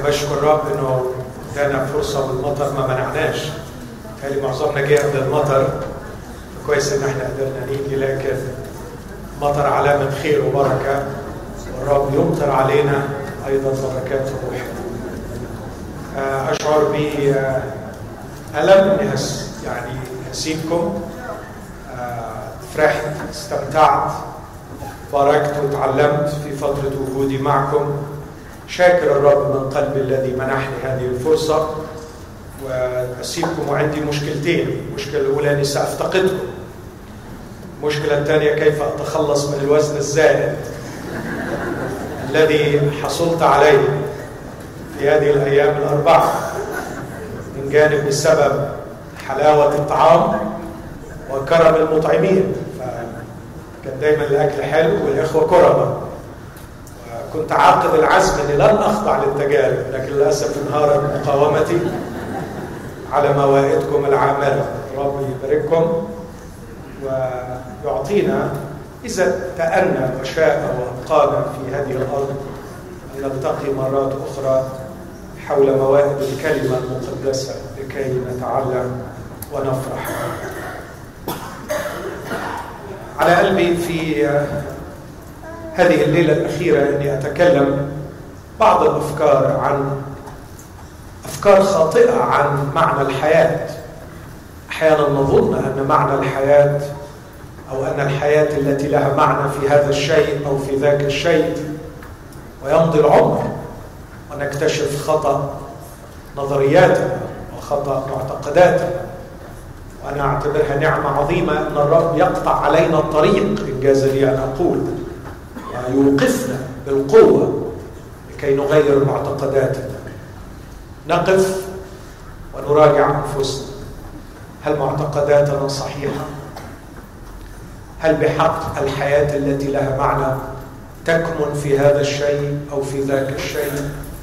أنا بشكر الرب إنه ادانا فرصة بالمطر ما منعناش. تالي معظمنا جه قبل المطر، كويس إن احنا قدرنا نيجي، لكن مطر علامة خير وبركة، والرب يمطر علينا أيضا بركات الروح. أشعر بألم إني يعني هسيبكم. فرحت، استمتعت، باركت وتعلمت في فترة وجودي معكم. شاكر الرب من قلبي الذي منحني هذه الفرصة، وأسيبكم وعندي مشكلتين. المشكلة الأولى أني سأفتقدكم. المشكلة الثانية كيف أتخلص من الوزن الزائد الذي حصلت عليه في هذه الأيام الأربعة، من جانب بسبب حلاوة الطعام وكرم المطعمين، فكان دايما الأكل حلو والإخوة كرمة. كنت عاقد العزم أني لن أخضع للتجارب، لكن للأسف انهارت مقاومتي على موائدكم العامرة. رب يبارككم ويعطينا إذا تأنى وشاء وأبقانا في هذه الأرض أن نلتقي مرات أخرى حول موائد الكلمة المقدسة لكي نتعلم ونفرح. على قلبي في هذه الليلة الأخيرة أني أتكلم بعض الأفكار عن أفكار خاطئة عن معنى الحياة. أحيانا نظن أن معنى الحياة أو أن الحياة التي لها معنى في هذا الشيء أو في ذاك الشيء، ويمضي العمر ونكتشف خطأ نظرياتنا وخطأ معتقداتنا. وأنا أعتبرها نعمة عظيمة أن الرب يقطع علينا الطريق، إن جاز لي أن أقول، ويوقفنا بالقوة لكي نغير معتقداتنا. نقف ونراجع أنفسنا. هل معتقداتنا صحيحة؟ هل بحق الحياة التي لها معنى تكمن في هذا الشيء أو في ذاك الشيء؟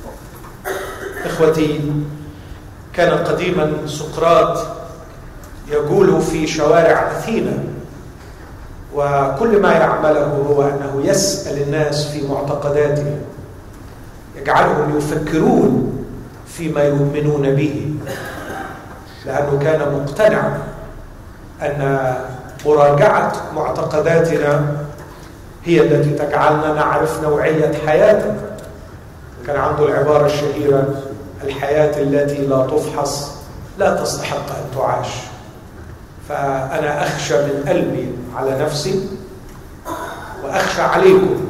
إخوتي، كان قديما سقراط يقول في شوارع أثينا، وكل ما يعمله هو أنه يسأل الناس في معتقداتهم، يجعلهم يفكرون فيما يؤمنون به، لأنه كان مقتنعا أن مراجعة معتقداتنا هي التي تجعلنا نعرف نوعية حياتنا. كان عنده العبارة الشهيرة: الحياة التي لا تفحص لا تستحق أن تعاش. فأنا أخشى من قلبي على نفسي وأخشى عليكم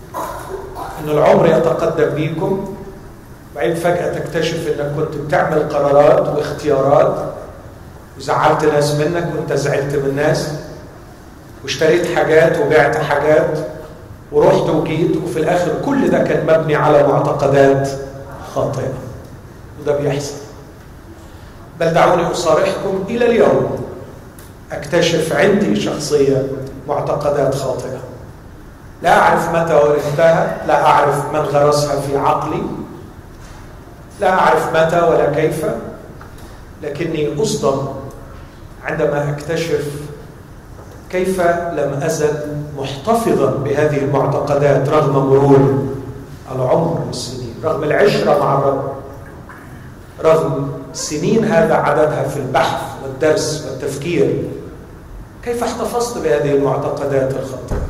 أن العمر يتقدم بيكم، بعدين فجأة تكتشف أنك كنت بتعمل قرارات واختيارات وزعلت ناس منك وانت زعلت من ناس، واشتريت حاجات وبعت حاجات ورحت وجيت، وفي الآخر كل ده كان مبني على معتقدات خاطئة. وده بيحصل. بل دعوني أصارحكم، إلى اليوم أكتشف عندي شخصيا معتقدات خاطئة. لا أعرف متى ورثتها، لا أعرف من غرسها في عقلي، لا أعرف متى ولا كيف، لكني أصدم عندما أكتشف كيف لم أزل محتفظا بهذه المعتقدات رغم مرور العمر والسنين، رغم العشرة مع الرب، رغم سنين هذا عددها في البحث والدرس والتفكير. كيف احتفظت بهذه المعتقدات الخاطئة؟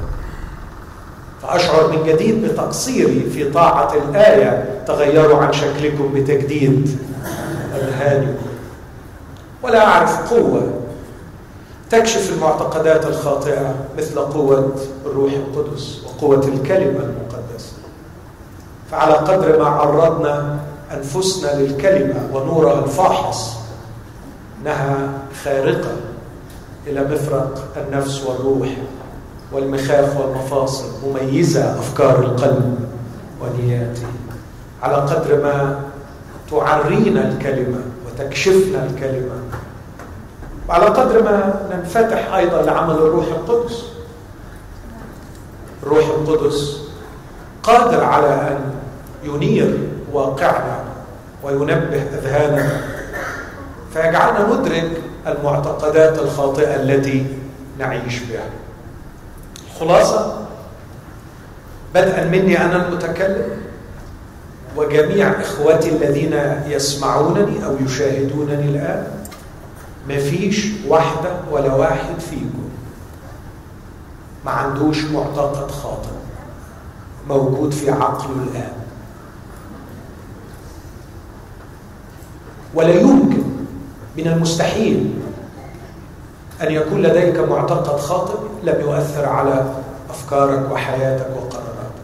فأشعر من جديد بتقصيري في طاعة الآية: تغيروا عن شكلكم بتجديد أذهانكم. ولا أعرف قوة تكشف المعتقدات الخاطئة مثل قوة الروح القدس وقوة الكلمة المقدسة. فعلى قدر ما عرضنا أنفسنا للكلمة ونورها الفاحص، إنها خارقة إلى مفرق النفس والروح والمخاخ والمفاصل، مميزة أفكار القلب ونياته. على قدر ما تعرينا الكلمة وتكشفنا الكلمة، وعلى قدر ما ننفتح أيضا لعمل الروح القدس. الروح القدس قادر على أن ينير واقعنا وينبه أذهاننا، فيجعلنا ندرك المعتقدات الخاطئة التي نعيش بها. الخلاصة، بدءا مني أنا المتكلم، وجميع إخوتي الذين يسمعونني أو يشاهدونني الآن، مفيش واحدة ولا واحد فيكم ما عندوش معتقد خاطئ موجود في عقله الآن. ولا يمكن، من المستحيل أن يكون لديك معتقد خاطئ لم يؤثر على أفكارك وحياتك وقراراتك.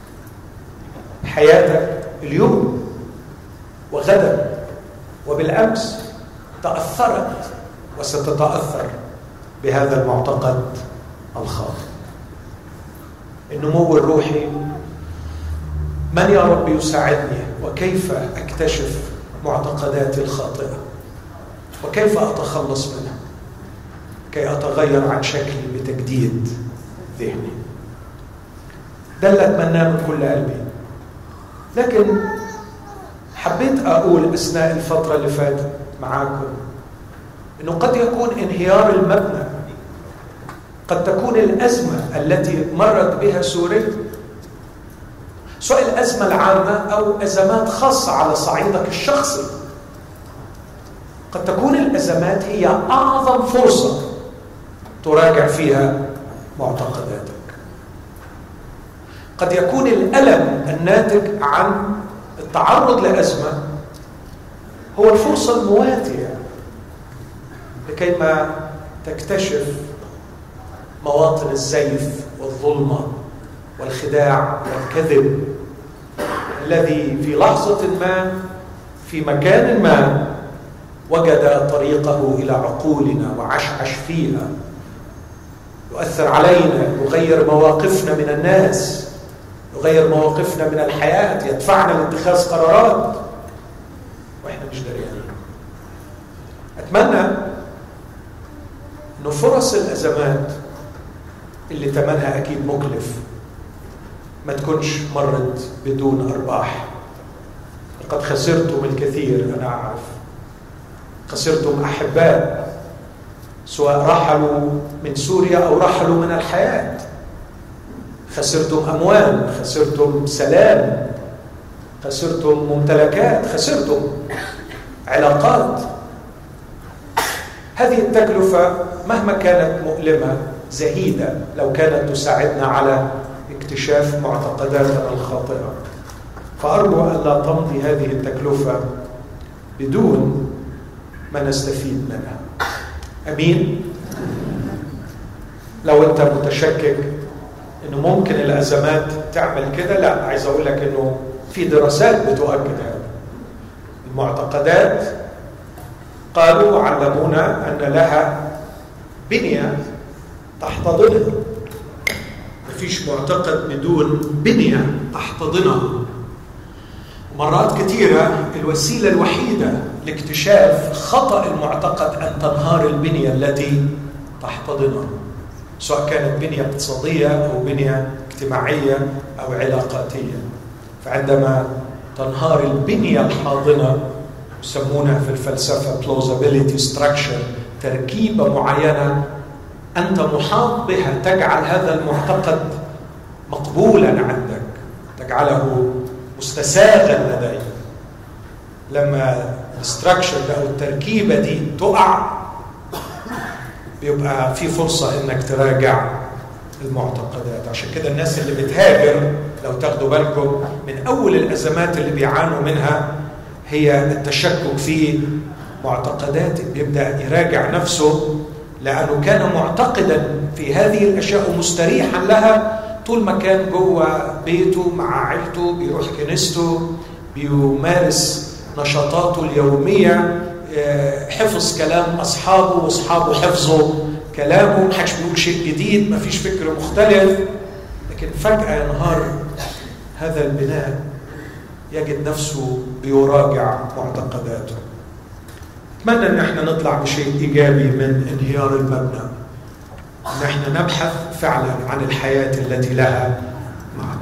حياتك اليوم وغدا وبالأمس تأثرت وستتأثر بهذا المعتقد الخاطئ. النمو الروحي، من يا رب يساعدني وكيف أكتشف معتقداتي الخاطئة وكيف أتخلص منها كي أتغير عن شكلي بتجديد ذهني. ده اللي أتمناه من كل قلبي. لكن حبيت أقول أثناء الفترة اللي فاتت معاكم إنه قد يكون انهيار المبنى، قد تكون الأزمة التي مرت بها سوريا، سواء الأزمة العامة أو أزمات خاصة على صعيدك الشخصي، قد تكون الأزمات هي أعظم فرصة تراجع فيها معتقداتك. قد يكون الألم الناتج عن التعرض لأزمة هو الفرصة المواتية لكي ما تكتشف مواطن الزيف والظلمة والخداع والكذب الذي في لحظة ما في مكان ما وجد طريقه إلى عقولنا وعشعش فيها، يؤثر علينا، يغير مواقفنا من الناس، يغير مواقفنا من الحياة، يدفعنا لاتخاذ قرارات وإحنا مش دريانين. أتمنى أن فرص الأزمات اللي ثمنها أكيد مكلف ما تكونش مرت بدون أرباح. لقد خسرتم الكثير، أنا أعرف. خسرتم أحباء سواء رحلوا من سوريا أو رحلوا من الحياة. خسرتم أموال، خسرتم سلام، خسرتم ممتلكات، خسرتم علاقات. هذه التكلفة مهما كانت مؤلمة زهيدة لو كانت تساعدنا على اكتشاف معتقداتنا الخاطئة. فأرجو أن لا تمضي هذه التكلفة بدون ما نستفيد منها. أمين؟ لو أنت متشكك أنه ممكن الأزمات تعمل كده، لا، عايز أقول لك أنه في دراسات بتؤكد هذا. المعتقدات قالوا وعلمونا أن لها بنية تحتضنها. مفيش معتقد بدون بنية تحتضنها. مرات كثيرة الوسيلة الوحيدة لاكتشاف خطأ المعتقد أن تنهار البنية التي تحتضنها، سواء كانت بنية اقتصادية أو بنية اجتماعية أو علاقاتية. فعندما تنهار البنية الحاضنة، يسمونها في الفلسفة plausibility structure، تركيبة معينة أنت محاط بها تجعل هذا المعتقد مقبولا عندك، تجعله مستساغا لديك. لما الستراكشر ده أو التركيبة دي تقع، بيبقى في فرصة إنك تراجع المعتقدات. عشان كده الناس اللي بتهاجر، لو تاخدوا بالكم، من أول الأزمات اللي بيعانوا منها هي التشكك في معتقداته. بيبدأ يراجع نفسه لأنه كان معتقدا في هذه الأشياء ومستريحا لها طول ما كان جوه بيته مع عيلته، بيروح كنيسته، بيمارس نشاطاته اليومية، حفظ كلام أصحابه وأصحابه حفظوا كلامه، محدش بيقول شيء جديد، مفيش فكر مختلف. لكن فجأة ينهار هذا البناء، يجد نفسه بيراجع معتقداته. أتمنى أن احنا نطلع بشيء إيجابي من انهيار المبنى، أن احنا نبحث فعلا عن الحياة التي لها معنى.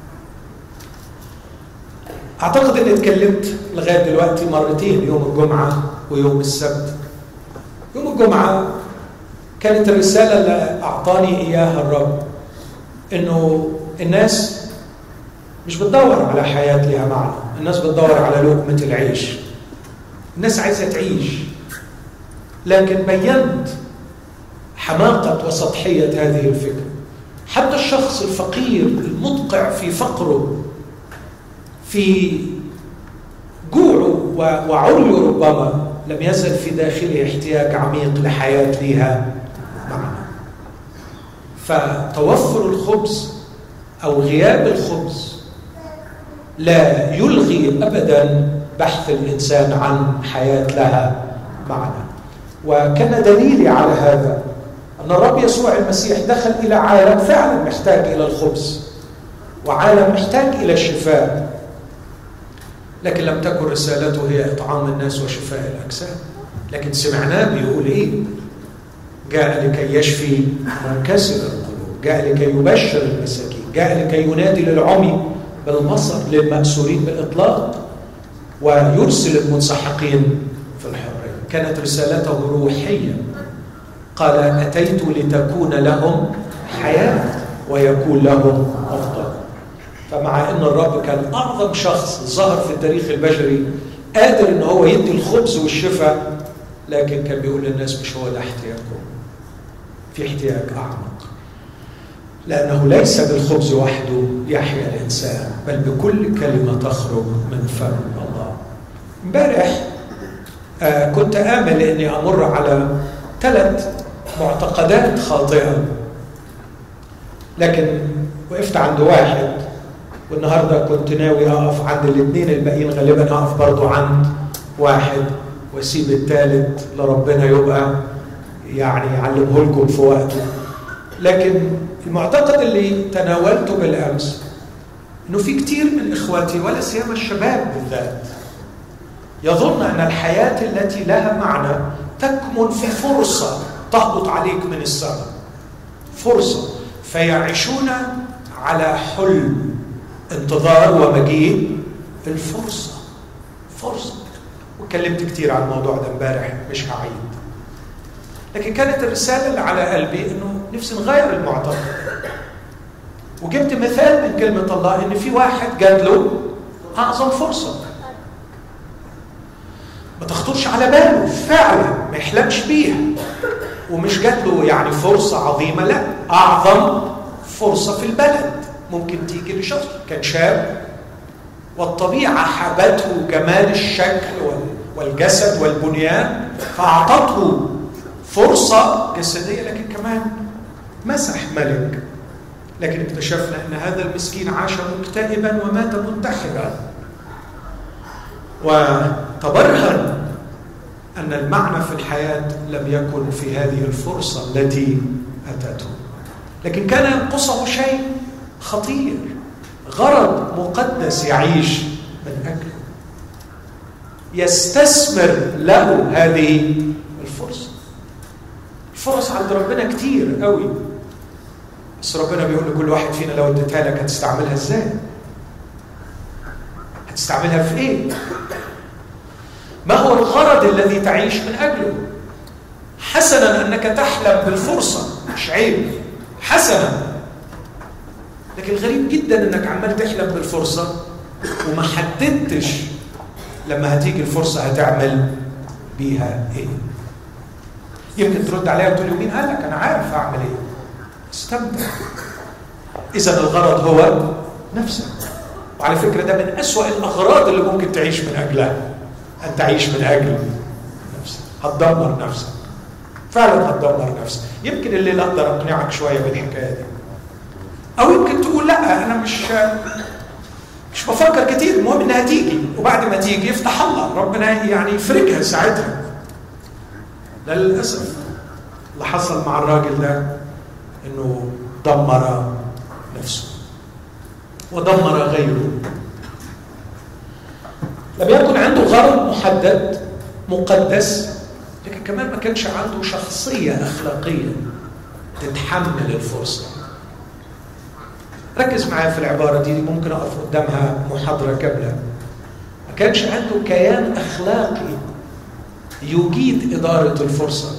أعتقد أني اتكلمت لغاية دلوقتي مرتين، يوم الجمعة ويوم السبت. يوم الجمعة كانت الرسالة اللي أعطاني إياها الرب إنه الناس مش بتدور على حياة لها معنى، الناس بتدور على لقمة العيش. الناس عايزة تعيش، لكن بينت حماقة وسطحية هذه الفكرة. حتى الشخص الفقير المدقع في فقره، في جوعه وعريه ربما، لم يزل في داخله احتياج عميق لحياة لها معنى. فتوفر الخبز أو غياب الخبز لا يلغي أبدا بحث الإنسان عن حياة لها معنى. وكان دليلي على هذا أن الرب يسوع المسيح دخل إلى عالم فعلا محتاج إلى الخبز، وعالم محتاج إلى الشفاء، لكن لم تكن رسالته هي إطعام الناس وشفاء الأجساد. لكن سمعناه بيقول إيه؟ جاء لكي يشفي منكسر القلوب، جاء لكي يبشر المساكين، جاء لكي ينادي للعمي بالبصر، للمأسورين بالإطلاق، ويرسل المنسحقين في الحرية. كانت رسالته روحية. قال أتيت لتكون لهم حياة ويكون لهم أفضل. فمع أن الرب كان أعظم شخص ظهر في التاريخ البشري قادر أن هو يدي الخبز والشفاء، لكن كان بيقول للناس مش هو ده احتياجهم، في احتياج أعمق، لأنه ليس بالخبز وحده يحيا الإنسان، بل بكل كلمة تخرج من فم الله. امبارح كنت آمل أني أمر على 3 معتقدات خاطئة، لكن وقفت عند واحد، والنهاردة كنت ناوي أقف عند 2 الباقيين، غالبا أقف برضو عند واحد وأسيب الثالث لربنا يبقى يعني يعلمه لكم في وقته. لكن المعتقد اللي تناولته بالأمس إنه في كتير من إخواتي ولا سيما الشباب بالذات يظن أن الحياة التي لها معنى تكمن في فرصة تهبط عليك من السماء، فرصة، فيعيشون على حلم انتظار ومجيء الفرصة. فرصة. واتكلمت كتير عن الموضوع ده امبارح، مش هعيد. لكن كانت الرسالة اللي على قلبي انه نفسي نغير المعتقد. وجبت مثال من كلمة الله ان في واحد جات له اعظم فرصة ما تخطرش على باله فعلا، ما يحلمش بيها، ومش جات له يعني فرصة عظيمة، لا، اعظم فرصة في البلد ممكن تيجي لشخص. كان شاب والطبيعة حبته جمال الشكل والجسد والبنيان، فأعطته فرصة جسدية، لكن كمان مسح ملك. لكن اكتشفنا أن هذا المسكين عاش مكتئبا ومات منتحرا، وتبرهن أن المعنى في الحياة لم يكن في هذه الفرصة التي أتته، لكن كان ينقصه شيء خطير، غرض مقدس يعيش من أجله، يستثمر له هذه الفرصة. الفرص عند ربنا كتير قوي، بس ربنا بيقول لكل واحد فينا لو اديتها لك هتستعملها ازاي؟ هتستعملها في ايه؟ ما هو الغرض الذي تعيش من أجله؟ حسنا أنك تحلم بالفرصة، مش عيب، حسنا. لكن غريب جدا أنك عمال تحلم بالفرصة وما حددتش لما هتيجي الفرصة هتعمل بيها ايه. يمكن ترد عليها وتقول لي مين قال لك؟ أنا عارف أعمل ايه. استمتع. إذا الغرض هو نفسك. وعلى فكرة ده من أسوأ الأغراض اللي ممكن تعيش من أجلها، أن تعيش من أجل نفسك. هتدمر نفسك، فعلا هتدمر نفسك. يمكن الليلة أقدر أقنعك شوية بالحكاية دي، أو يمكن تقول لا أنا مش بفكر كتير، المهم إنها تيجي، وبعد ما تيجي يفتح الله ربنا يعني يفرجها ساعتها. للأسف اللي حصل مع الراجل ده إنه دمر نفسه ودمر غيره. لم يكن عنده غرض محدد مقدس، لكن كمان ما كانش عنده شخصية أخلاقية تتحمل الفرصة. ركز معايا في العبارة دي، ممكن أقف قدامها محاضرة كاملة. ما كانش عنده كيان أخلاقي يجيد إدارة الفرصة.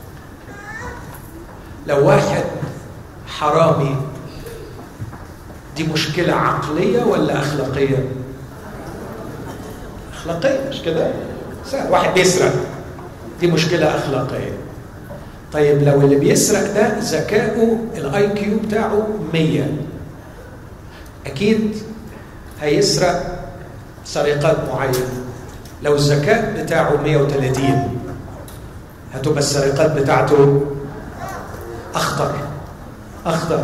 لو واحد حرامي دي مشكلة عقلية ولا أخلاقية؟ أخلاقية، مش كده؟ سهل، واحد بيسرق، دي مشكلة أخلاقية. طيب لو اللي بيسرق ده ذكائه الاي كيو بتاعه 100، أكيد هيسرق سرقات معينة. لو الذكاء بتاعه 130 هتبقى السرقات بتاعته أخطر.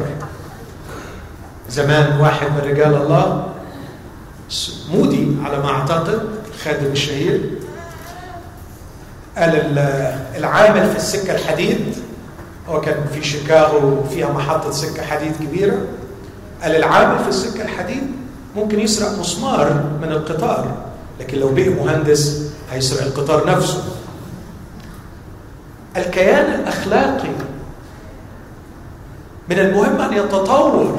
زمان واحد من رجال الله مودي على ما أعتقد، الخادم الشهير، قال العامل في السكة الحديد، هو كان في شيكاغو فيها محطة سكة حديد كبيرة، قال العامل في السكة الحديد ممكن يسرق مسمار من القطار، لكن لو بقي مهندس هيسرق القطار نفسه. الكيان الأخلاقي من المهم أن يتطور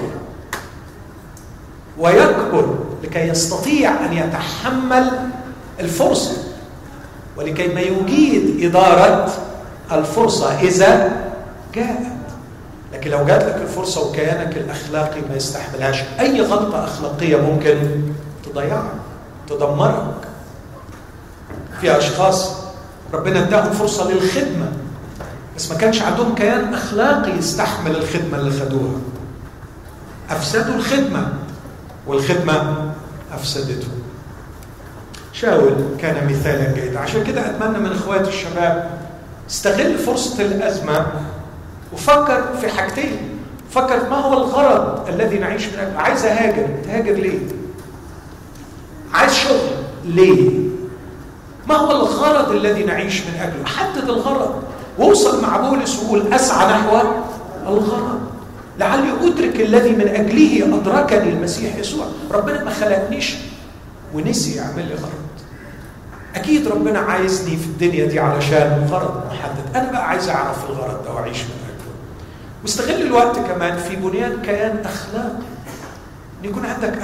ويكبر لكي يستطيع أن يتحمل الفرصة، ولكي ما يجيد إدارة الفرصة إذا جاءت. لكن لو جات لك الفرصة وكيانك الأخلاقي ما يستحملهاش، أي غلطة أخلاقية ممكن تضيعك، تدمرك. في أشخاص ربنا اداهم فرصة للخدمة بس ما كانش عندهم كيان أخلاقي يستحمل الخدمة اللي خدوها، أفسدوا الخدمة والخدمة أفسدته. شاول كان مثالا جيدا. عشان كده أتمنى من إخواتي الشباب استغل فرصة الأزمة وفكر في حاجتين. فكر ما هو الغرض الذي نعيش من أجله. عايز أهاجر، تهاجر ليه؟ عايز شغل ليه؟ ما هو الغرض الذي نعيش من أجله؟ حدد الغرض ووصل مع بولس وقول أسعى نحو الغرض لعلي أدرك الذي من أجله أدركني المسيح يسوع. ربنا ما خلقنيش ونسي يعمل لي غرض. أكيد ربنا عايزني في الدنيا دي علشان غرض محدد، أنا بقى عايز أعرف الغرض ده وأعيش من أجله. واستغل الوقت كمان في بنيان كيان أخلاقي، أن يكون عندك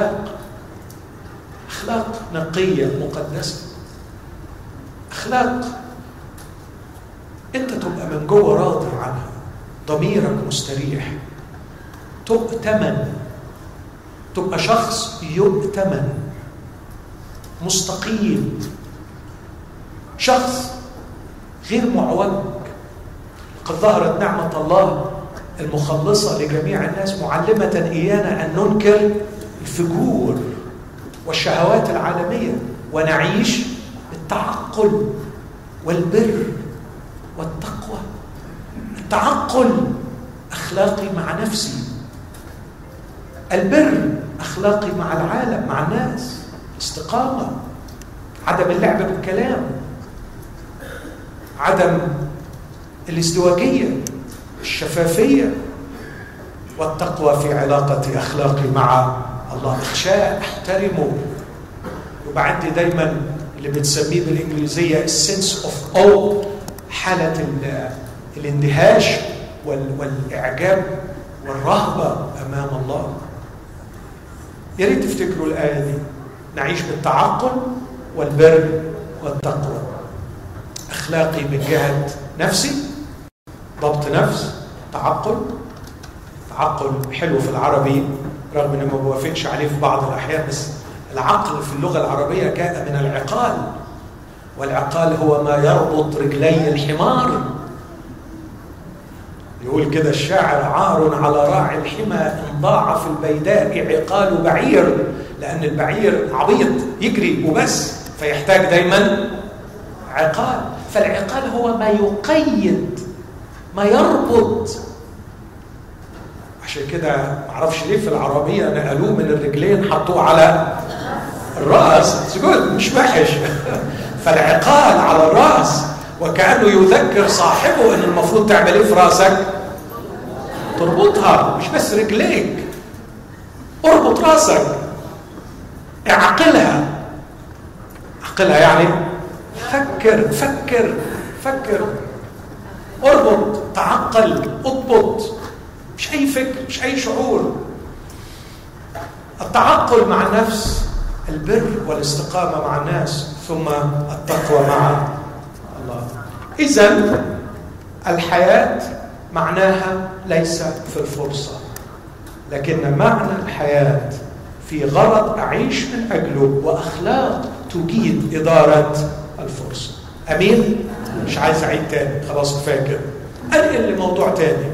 أخلاق نقية مقدسة، أخلاق أنت تبقى من جوه راضي عنها، ضميرك مستريح، تؤتمن، تبقى شخص يؤتمن، مستقيم، شخص غير معوج. قد ظهرت نعمة الله المخلصة لجميع الناس معلمة إيانا أن ننكر الفجور والشهوات العالمية ونعيش بالتعقل والبر والتقوى. التعقل أخلاقي مع نفسي، البر أخلاقي مع العالم، مع الناس، استقامة، عدم اللعب بالكلام، عدم الازدواجية، الشفافية، والتقوى في علاقتي أخلاقي مع الله، أخشاه، أحترمه. يبقى عندي دايما اللي بنسميه بالإنجليزية السنس اوف او، حالة الاندهاش والإعجاب والرهبة أمام الله. يا ريت تفتكروا الآية دي، نعيش بالتعقل والبر والتقوى. أخلاقي من جهة نفسي، ضبط نفس، تعقل حلو في العربي رغم أنه ما بوافقش عليه في بعض الأحيان، بس العقل في اللغة العربية جاء من العقال، والعقال هو ما يربط رجلي الحمار. يقول كده الشاعر: عار على راعي الحمى إن ضاع في البيداء عقال بعير، لأن البعير عبيط يجري وبس، فيحتاج دايما عقال. فالعقال هو ما يقيد، ما يربط. عشان كده معرفش ليه في العربية نقلوه من الرجلين حطوه على الرأس، سجود مش وحش. فالعقال على الرأس، وكأنه يذكر صاحبه ان المفروض تعمل ايه في راسك؟ تربطها، مش بس رجليك، اربط راسك، اعقلها. عقلها يعني فكر، اربط، تعقل، اضبط، مش اي فكر، مش اي شعور. التعقل مع النفس، البر والاستقامة مع الناس، ثم التقوى مع الله. إذن الحياة معناها ليس في الفرصة، لكن معنى الحياة في غرض أعيش من أجله وأخلاق تجيد إدارة الفرصة. أمين؟ مش عايز أعيد تاني، خلاص كفاية كده. أنقل لموضوع تاني.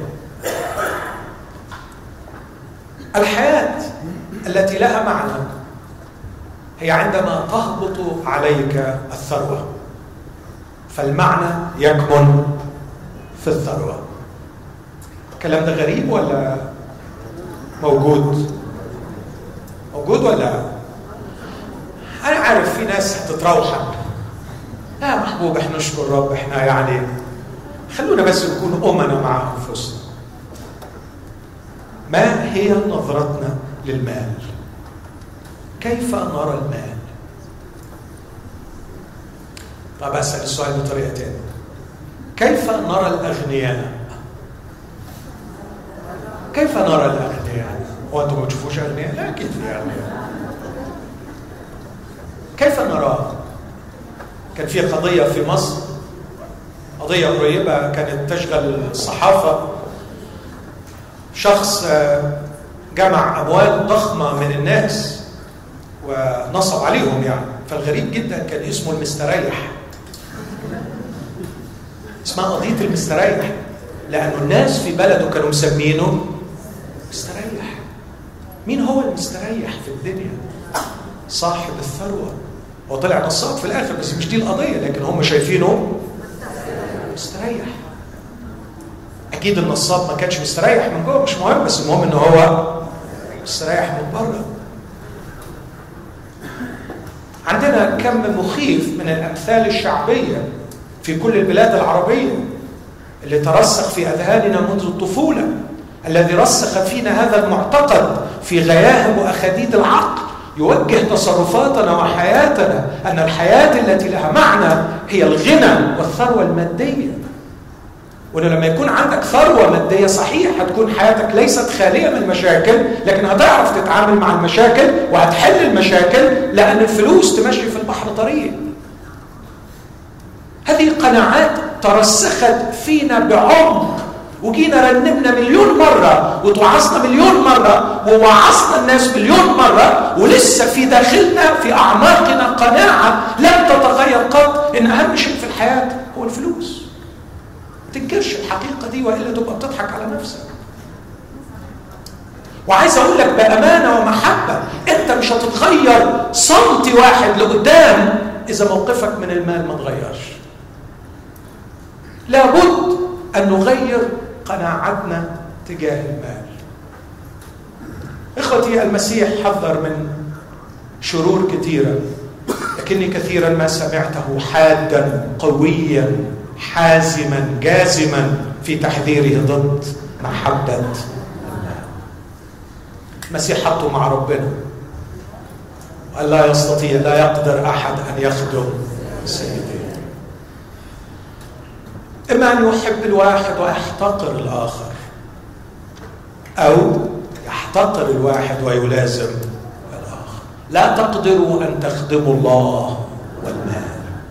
الحياة التي لها معنى هي عندما تهبط عليك الثروة، فالمعنى يكمن في الثروة. الكلام ده غريب ولا موجود؟ موجود ولا؟ أنا عارف في ناس هتتروحن، لا محبوب احنا نشكر رب، احنا يعني خلونا بس نكون أمنا مع أنفسنا. ما هي نظرتنا للمال؟ كيف نرى المال؟ طب أسأل السؤال بطريقة تانية، كيف نرى الأغنياء؟ كيف نرى الأغنياء؟ هو أنتم ما تشوفوش أغنياء؟ لا أكيد في أغنياء. كيف نراه؟ كان في قضية في مصر، قضية قريبة كانت تشغل الصحافة. شخص جمع أموال ضخمة من الناس ونصب عليهم يعني. فالغريب جدا كان اسمه المستريح. اسمها قضية المستريح لأنه الناس في بلده كانوا مسمينه مستريح. مين هو المستريح في الدنيا؟ صاحب الثروة. هو طلع نصاب في الآخر بس مش دي القضية، لكن هم شايفينه مستريح. أكيد النصاب ما كانش مستريح من جوه، مش مهم، بس المهم إنه هو مستريح من بره. عندنا كم مخيف من الأمثال الشعبية في كل البلاد العربية اللي ترسخ في أذهاننا منذ الطفولة، الذي رسخ فينا هذا المعتقد في غياهب وأخاديد العقل يوجه تصرفاتنا وحياتنا، أن الحياة التي لها معنى هي الغنى والثروة المادية. وأنه لما يكون عندك ثروة مادية صحيح هتكون حياتك ليست خالية من المشاكل، لكن هتعرف تتعامل مع المشاكل وهتحل المشاكل، لأن الفلوس تمشي في البحر طريق. هذه قناعات ترسخت فينا بعمق، وجينا رنمنا مليون مرة وتوعظنا مليون مرة ووعظنا الناس مليون مرة، ولسه في داخلنا في أعماقنا قناعة لم تتغير قط إن أهم شيء في الحياة هو الفلوس. ما تنكرش الحقيقة دي وإلا تبقى بتضحك على نفسك. وعايز أقول لك بأمانة ومحبة، أنت مش هتتغير سنتي واحد لقدام إذا موقفك من المال ما تغيرش. لابد أن نغير قناعتنا تجاه المال. إخوتي، المسيح حذر من شرور كثيرة، لكني كثيرا ما سمعته حادا قويا حازما جازما في تحذيره ضد محبة المال. المسيح حطه مع ربنا وقال لا يستطيع، لا يقدر أحد أن يخدم سيده. إما أن يحب الواحد ويحتقر الآخر، أو يحتقر الواحد ويلازم الآخر. لا تقدروا أن تخدموا الله والمال.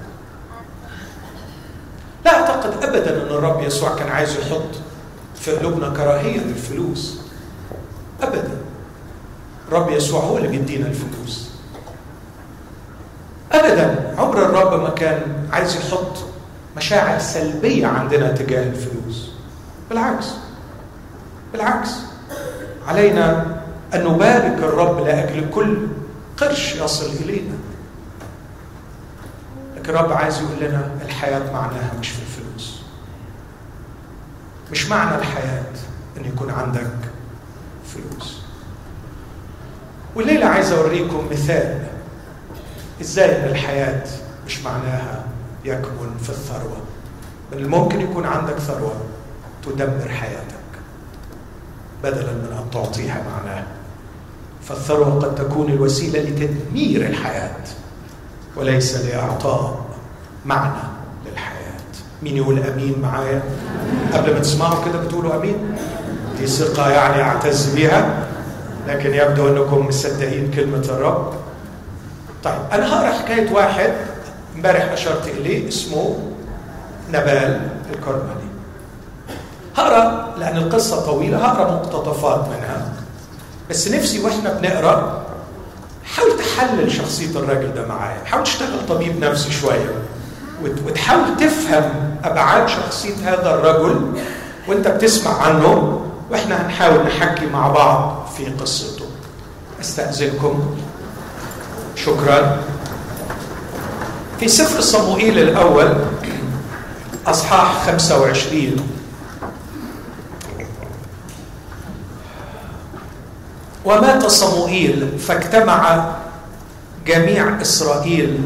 لا أعتقد أبدا أن الرب يسوع كان عايز يحط في قلوبنا كراهية الفلوس أبدا. الرب يسوع هو اللي بيدينا الفلوس أبدا. عمر الرب ما كان عايز يحط مشاعر سلبية عندنا تجاه الفلوس. بالعكس، بالعكس، علينا أن نبارك الرب لأجل كل قرش يصل إلينا. لكن الرب عايز يقول لنا الحياة معناها مش في الفلوس. مش معنى الحياة أن يكون عندك فلوس. والليلة عايز أوريكم مثال إزاي أن الحياة مش معناها يكمن في الثروة. من الممكن يكون عندك ثروة تدمر حياتك بدلا من أن تعطيها معناها. فالثروة قد تكون الوسيلة لتدمير الحياة وليس لإعطاء معنى للحياة. مين يقول أمين معايا؟ قبل ما تسمعوا كده بتقولوا أمين؟ دي ثقة يعني أعتز بها، لكن يبدو أنكم مصدقين كلمة الرب. طيب أنا هقرأ حكاية واحد امبارح أشرت إليه اسمه نبال الكرملي. هقرأ لأن القصة طويلة، هقرأ مقتطفات منها. بس نفسي واحنا بنقرا حاول تحلل شخصيه الراجل ده معايا، حاول تشتغل طبيب نفسي شويه وتحاول تفهم ابعاد شخصيه هذا الرجل وانت بتسمع عنه، واحنا هنحاول نحكي مع بعض في قصته. استأذنكم. شكرا. في سفر صموئيل الأول أصحاح 25 ومات صموئيل فاجتمع جميع إسرائيل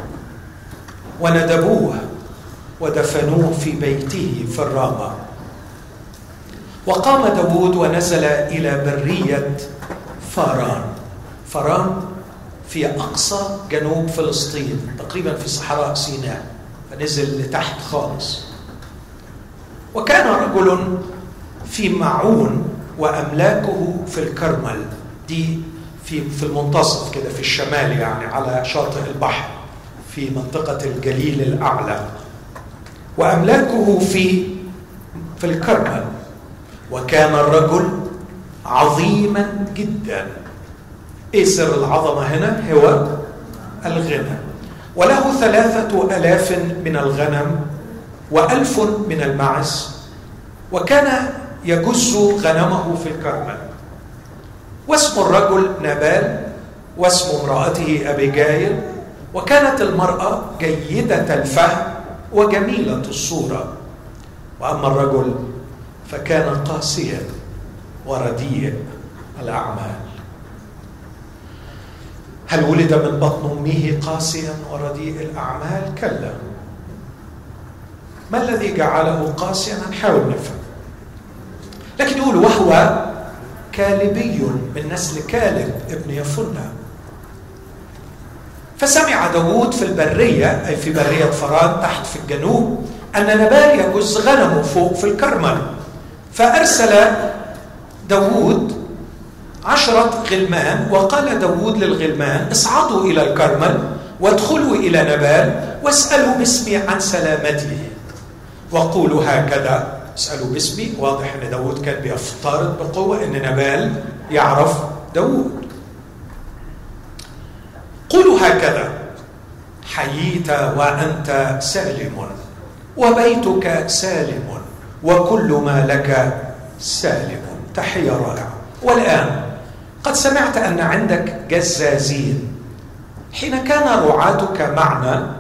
وندبوه ودفنوه في بيته في الرامة. وقام داود ونزل إلى برية فاران. فاران في أقصى جنوب فلسطين، تقريبا في صحراء سيناء، فنزل لتحت خالص. وكان رجل في معون وأملاكه في الكرمل، دي في المنتصف كده في الشمال، يعني على شاطئ البحر في منطقة الجليل الأعلى. وأملاكه في الكرمل. وكان الرجل عظيما جدا. ايه سر العظمة هنا؟ هو الغنى. وله 3000 من الغنم و1000 من المعز، وكان يجز غنمه في الكرمل. واسم الرجل نابال، واسم امرأته أبيجايل، وكانت المرأة جيدة الفهم وجميلة الصورة. وأما الرجل فكان قاسيا ورديء الأعمال. هل ولد من بطن أمه قاسيا ورديء الأعمال؟ كلا. ما الذي جعله قاسيا؟ هنحاول نفهم. لكن يقول وهو كالبي من نسل كالب ابن يفنة. فسمع داود في البرية، أي في برية فران تحت في الجنوب، أن نبال يجز غنمه فوق في الكرمل. فأرسل داود 10 غلمان، وقال داود للغلمان اصعدوا إلى الكرمل وادخلوا إلى نبال واسألوا باسمي عن سلامته وقولوا هكذا. اسألوا باسمي، واضح أن داود كان بيفترض بقوة أن نبال يعرف داود. قولوا هكذا: حييت وأنت سالم، وبيتك سالم، وكل ما لك سالم. تحية رائعة. والآن قد سمعت أن عندك جزازين. حين كان رعاتك معنا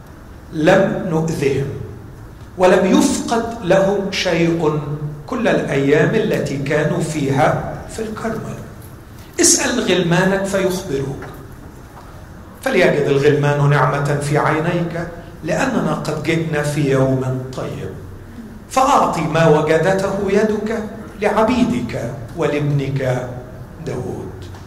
لم نؤذهم، ولم يفقد لهم شيء كل الأيام التي كانوا فيها في الكرمل. اسأل غلمانك فيخبروك. فليجد الغلمان نعمة في عينيك، لأننا قد جئنا في يوم طيب. فأعطي ما وجدته يدك لعبيدك ولابنك داود.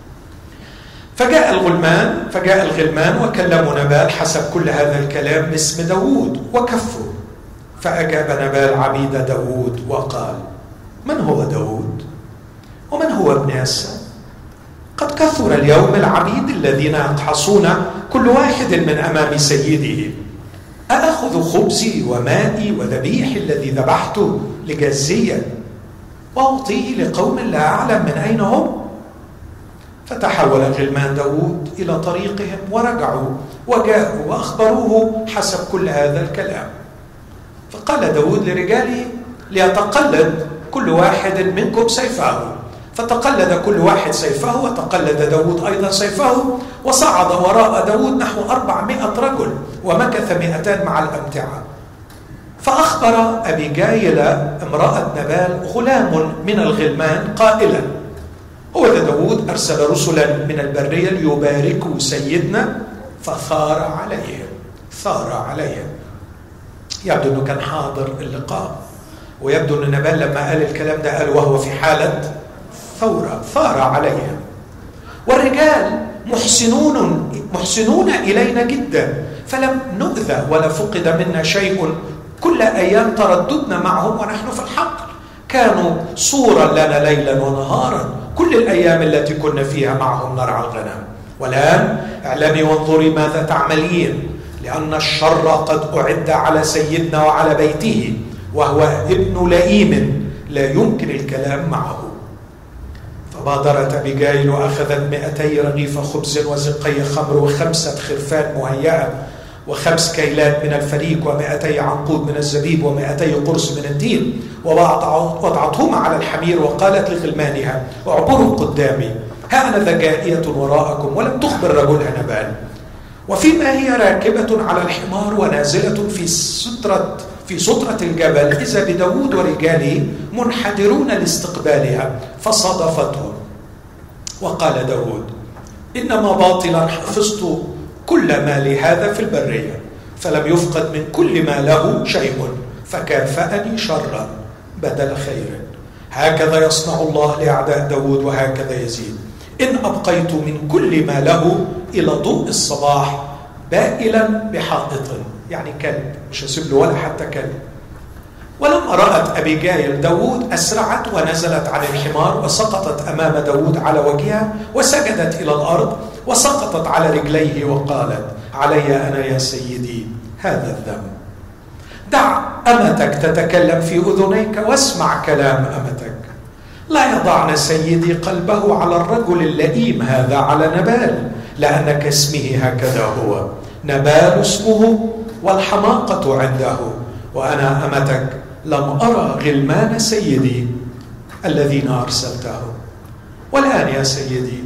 فجاء الغلمان وكلموا نبال حسب كل هذا الكلام باسم داود وكفوا. فأجاب نبال عبيد داود وقال: من هو داود؟ ومن هو ابن يسى؟ قد كثر اليوم العبيد الذين يقحصون كل واحد من أمام سيده. أأخذ خبزي ومائي وذبيحي الذي ذبحته لجزية وأعطيه لقوم لا أعلم من أين هم؟ فتحول غلمان داود إلى طريقهم ورجعوا وجاءوا وأخبروه حسب كل هذا الكلام. فقال داود لرجاله: ليتقلد كل واحد منكم سيفه. فتقلد كل واحد سيفه، وتقلد داود أيضا سيفه، وصعد وراء داود نحو 400 رجل، ومكث 200 مع الأمتعة. فأخبر أبيجايل امرأة نبال غلام من الغلمان قائلا: هو داود أرسل رسلا من البرية ليباركوا سيدنا. فثار عليهم. يبدو أنه كان حاضر اللقاء، ويبدو أن نبال لما قال الكلام ده قال وهو في حالة ثار عليهم. والرجال محسنون إلينا جدا، فلم نؤذى ولا فقد منا شيء كل أيام ترددنا معهم ونحن في الحقل. كانوا صورا لنا ليلا ونهارا كل الأيام التي كنا فيها معهم نرعى الغنم. والآن اعلمي وانظري ماذا تعملين، لأن الشر قد أعد على سيدنا وعلى بيته، وهو ابن لئيم لا يمكن الكلام معه. فبادرت أبيجايل وأخذت 200 رغيف خبز وزقي خمر و5 خرفان مهيئة و5 كيلات من الفريق و200 عنقود من الزبيب و200 قرص من التين، ووضعتهما على الحمير وقالت لغلمانها اعبروا قدامي، ها أنا ذجائية وراءكم. ولم تخبر رجلها نبال. وفيما هي راكبة على الحمار ونازلة في سترة الجبل إذا بداود ورجاله منحدرون لاستقبالها فصادفتهم. وقال داود إنما باطلا حفظت كل ما لهذا في البرية، فلم يفقد من كل ما له شيء، فكافأني شرا بدل خير. هكذا يصنع الله لأعداء داود وهكذا يزيد. إن أبقيت من كل ما له إلى ضوء الصباح بائلا بحائط، يعني كلب، مش هسيب له ولا حتى كلب. ولما رأت أبيجايل داود أسرعت ونزلت عن الحمار وسقطت أمام داود على وجهها وسجدت إلى الأرض وسقطت على رجليه وقالت علي أنا يا سيدي هذا الذنب. دع أمتك تتكلم في أذنيك واسمع كلام أمتك. لا يضعن سيدي قلبه على الرجل اللئيم هذا، على نبال، لأن كاسمه هكذا هو، نبال اسمه والحماقة عنده. وأنا أمتك لم أرى غلمان سيدي الذين أرسلته. والآن يا سيدي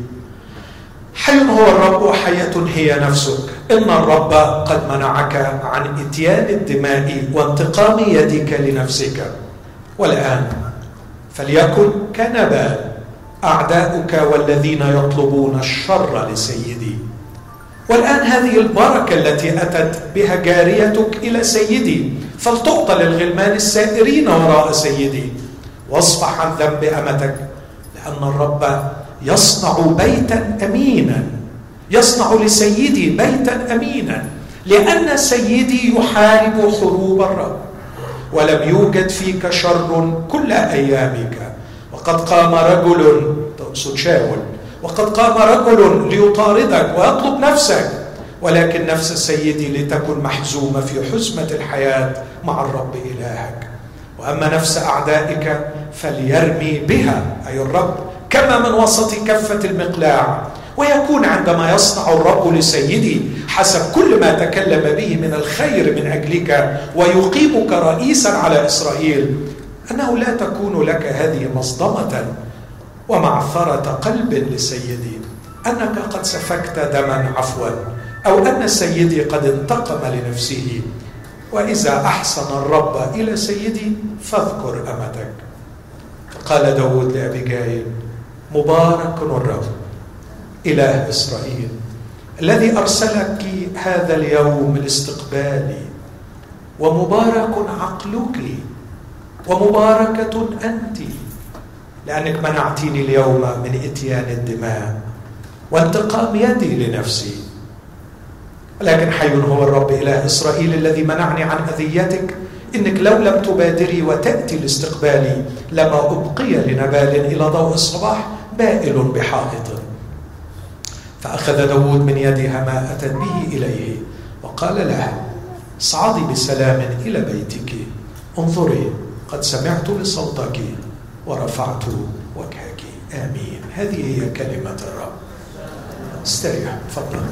حي هو الرب وحية هي نفسك، إن الرب قد منعك عن إتيان الدماء وانتقام يدك لنفسك. والآن فليكن كنبال أعداؤك والذين يطلبون الشر لسيدي. والآن هذه البركة التي أتت بها جاريتك إلى سيدي فلتعطى للغلمان السائرين وراء سيدي. واصفح عن ذنب أمتك، لأن الرب يصنع بيتا أمينا، يصنع لسيدي بيتا أمينا، لأن سيدي يحارب حروب الرب، ولم يوجد فيك شر كل أيامك. وقد قام رجل، تقصد شاول، وقد قام رجل ليطاردك ويطلب نفسك، ولكن نفس سيدي لتكن محزومة في حزمة الحياة مع الرب إلهك. وأما نفس أعدائك فليرمي بها، أي الرب، كما من وسط كفة المقلاع. ويكون عندما يصنع الرب لسيدي حسب كل ما تكلم به من الخير من أجلك ويقيمك رئيسا على إسرائيل، أنه لا تكون لك هذه مصدمة ومعثرة قلب لسيدي، أنك قد سفكت دما عفوا، أو أن سيدي قد انتقم لنفسه. وإذا أحسن الرب إلى سيدي فاذكر أمتك. فقال داود لأبيجايل مبارك الرب إله إسرائيل الذي أرسلك هذا اليوم لاستقبالي، ومبارك عقلك ومباركة أنت، لأنك منعتيني اليوم من إتيان الدماء وانتقام يدي لنفسي. لكن حي هو الرب إله إسرائيل الذي منعني عن أذيتك، إنك لو لم تبادري وتأتي لاستقبالي لما أبقي لنبال إلى ضوء الصباح بائل بحائط. فأخذ داود من يدها ما أتت به إليه وقال لها اصعدي بسلام إلى بيتك، انظري قد سمعت لصوتك ورفعت وجهك. آمين. هذه هي كلمة الرب. استريح، تفضل.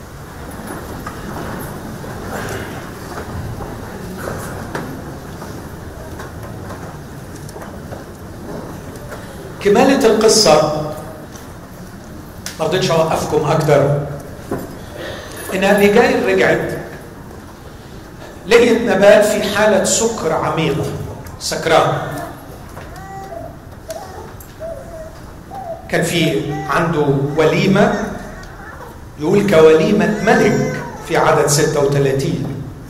كمالة القصة، ما رضيتش أوقفكم أكثر، إن أبيجايل رجعت لقيت نبال في حالة سكر عميق، سكران. كان في عنده وليمة، يقول كوليمة ملك في عدد 36.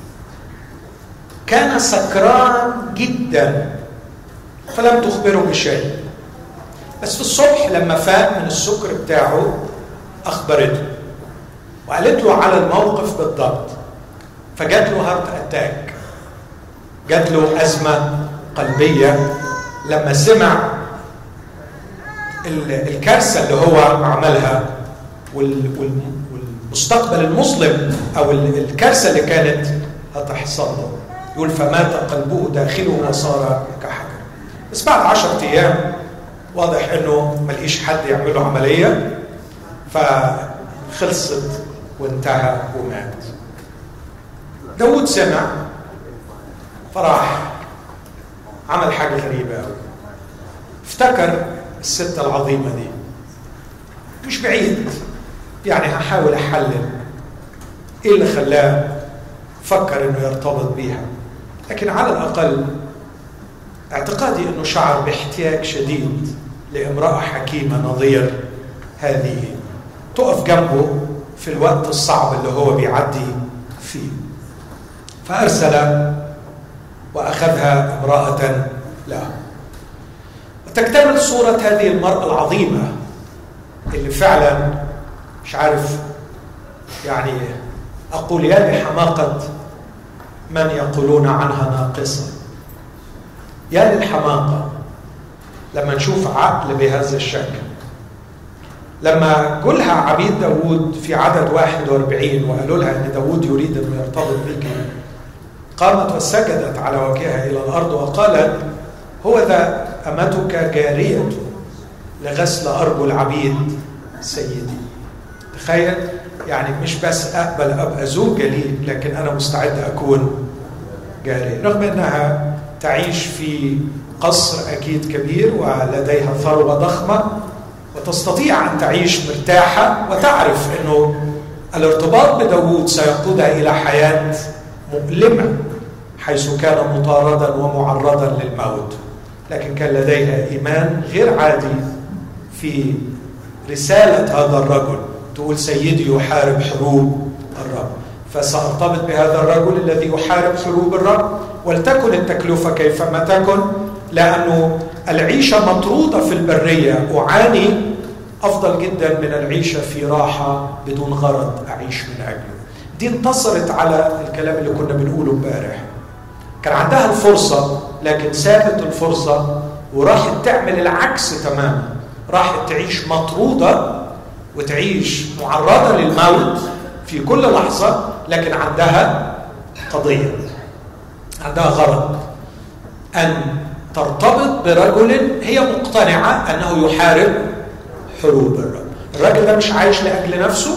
كان سكران جدا فلم تخبره بشيء، بس في الصبح لما فاق من السكر بتاعه أخبرته وقالت له على الموقف بالضبط. فجات له هارت أتاك، جات له أزمة قلبية لما سمع الكارثة اللي هو عملها والمستقبل المظلم أو الكارثة اللي كانت هتحصل له. يقول فمات قلبه داخله وصار كحجر. بس بعد 10 أيام واضح انه ملقيش حد يعمل له عمليه، فخلصت وانتهى ومات. داود سمع فراح عمل حاجه غريبه قوي. افتكر الست العظيمه دي، مش بعيد يعني هحاول احلل ايه اللي خلاه فكر انه يرتبط بيها، لكن على الاقل اعتقادي انه شعر باحتياج شديد لامرأة حكيمة نظير هذه تقف جنبه في الوقت الصعب اللي هو بيعدي فيه. فأرسل وأخذها امرأة له. وتكتمل صورة هذه المرأة العظيمة اللي فعلا مش عارف يعني أقول يا لحماقة من يقولون عنها ناقصة، يا للحماقة لما نشوف عقل بهذا الشكل. لما قلها عبيد داود في عدد 41 وقالوا لها ان داود يريد انه يرتبط بك، قامت وسجدت على وجهها الى الارض وقالت هو ذا امتك جارية لغسل ارجل عبيد سيدي. تخيل يعني مش بس اقبل ابقى زوجة لي، لكن انا مستعد اكون جارية، رغم انها تعيش في قصر أكيد كبير ولديها ثروة ضخمة وتستطيع أن تعيش مرتاحة، وتعرف أنه الارتباط بداود سيقودها إلى حياة مؤلمة حيث كان مطاردا ومعرضا للموت، لكن كان لديها إيمان غير عادي في رسالة هذا الرجل. تقول سيدي يحارب حروب الرب، فسأرتبط بهذا الرجل الذي يحارب حروب الرب، ولتكن التكلفة كيفما تكن، لأنه العيشة مطرودة في البرية أعاني أفضل جدا من العيشة في راحة بدون غرض أعيش من أجله. دي انتصرت على الكلام اللي كنا بنقوله امبارح. كان عندها الفرصة لكن سابت الفرصة وراحت تعمل العكس تماما، راحت تعيش مطرودة وتعيش معرضة للموت في كل لحظة، لكن عندها قضية، عندها غرض أن ترتبط برجل هي مقتنعة أنه يحارب حروب الرب. الرجل ده مش عايش لأجل نفسه،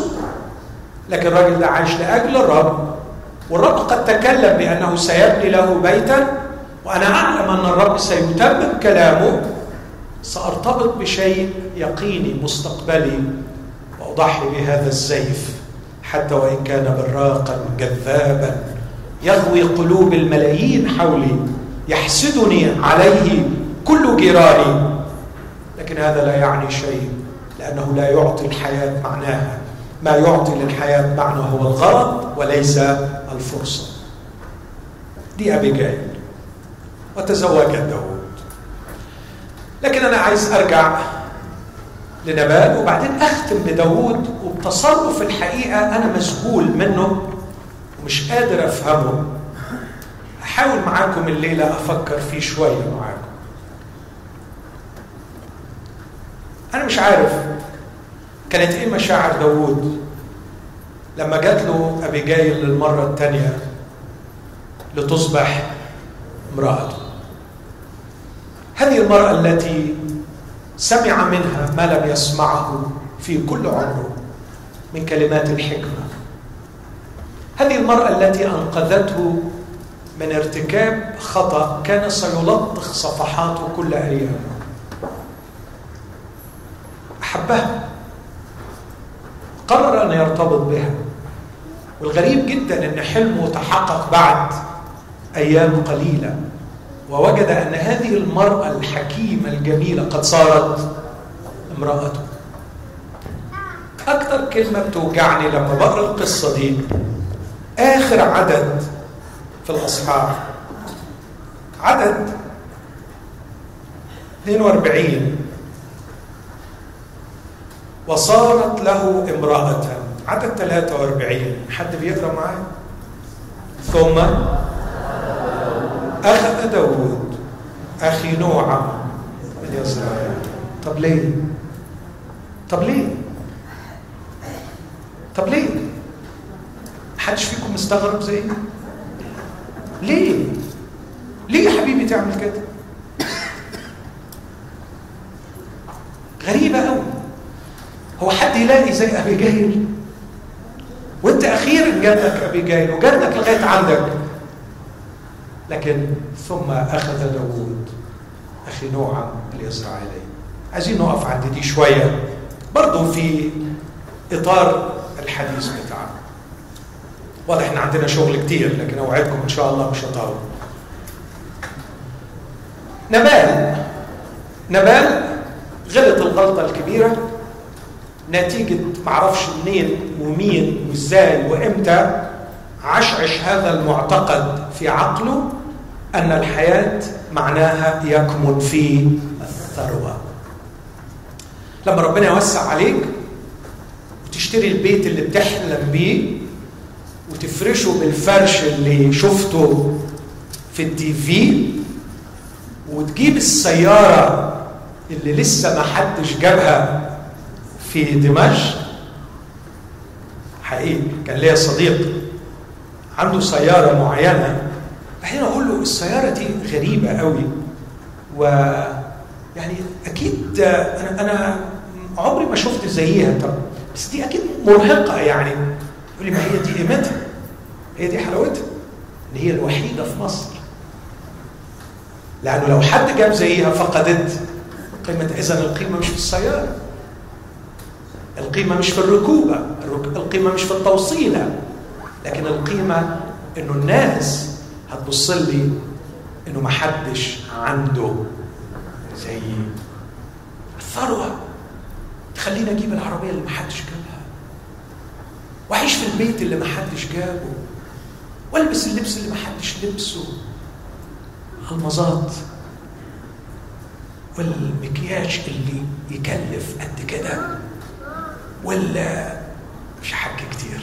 لكن الرجل ده عايش لأجل الرب، والرب قد تكلم بأنه سيبني له بيتا، وأنا أعلم أن الرب سيتمم كلامه. سأرتبط بشيء يقيني مستقبلي وأضحي بهذا الزيف حتى وإن كان براقا جذابا يغوي قلوب الملايين حولي، يحسدني عليه كل جيراني، لكن هذا لا يعني شيء، لأنه لا يعطي الحياة معناها. ما يعطي للحياة معنى هو الغرض وليس الفرصة. دي أبيجايل وتزوجت داود. لكن أنا عايز أرجع لنبال وبعدين أختم بداود وبتصرف الحقيقة أنا مذهول منه ومش قادر أفهمه. أحاول معاكم الليلة أفكر فيه شوية معاكم. أنا مش عارف كانت إيه مشاعر داود لما جات له أبيجايل للمرة الثانية لتصبح امرأته. هذه المرأة التي سمع منها ما لم يسمعه في كل عمره من كلمات الحكمة. هذه المرأة التي أنقذته من ارتكاب خطأ كان سيلطخ صفحاته كل أيام. أحبها، قرر أن يرتبط بها، والغريب جدا أن حلمه تحقق بعد أيام قليلة، ووجد أن هذه المرأة الحكيمة الجميلة قد صارت امرأته. أكثر كلمة بتوجعني لما بقرأ القصة دي آخر عدد في الأصحاح، عدد 42، وصارت له امرأة. عدد 43 حد بيقرأ معايا؟ ثم أخذ داود أخي نوعا من يزرعيل. طب ليه؟ طب ليه؟ طب ليه؟ محدش فيكم مستغرب زي ليه؟ ليه يا حبيبي تعمل كده؟ يلاقي زي أبيجايل؟ وانت أخيرا جاتك أبيجايل وجاتك لغاية عندك. لكن ثم أخذ داود أخي نوعا الإسرائيلي. عايزين نقف عند دي شوية برضو في إطار الحديث بتاعنا. واضح إن عندنا شغل كتير، لكن أوعدكم إن شاء الله مش هطول. نبال غلط الغلطة الكبيرة نتيجة معرفش منين ومين وإزاي وإمتى عشعش هذا المعتقد في عقله أن الحياة معناها يكمن في الثروة. لما ربنا يوسع عليك وتشتري البيت اللي بتحلم بيه وتفرشه بالفرش اللي شفته في التي في وتجيب السيارة اللي لسه ما حدش جابها في دمشق. حقيقي كان ليا صديق عنده سيارة معينة، احيانا اقول له السيارة دي غريبة قوي، ويعني اكيد انا عمري ما شفت زيها، طب بس دي اكيد مرهقة يعني. يقول لي ما هي دي قيمتها، هي دي حلاوتها، ان هي الوحيدة في مصر. لانه لو حد جاب زيها فقدت قيمة. اذن القيمة مش في السيارة، القيمة مش في الركوبة، القيمة مش في التوصيلة، لكن القيمة انه الناس هتبص لي انه ما حدش عنده زي الثروة تخليني اجيب العربية اللي ما حدش جابها، واعيش في البيت اللي ما حدش جابه، والبس اللبس اللي ما حدش لبسه، المظات والمكياج اللي يكلف قد كده، ولا مش حكي كتير.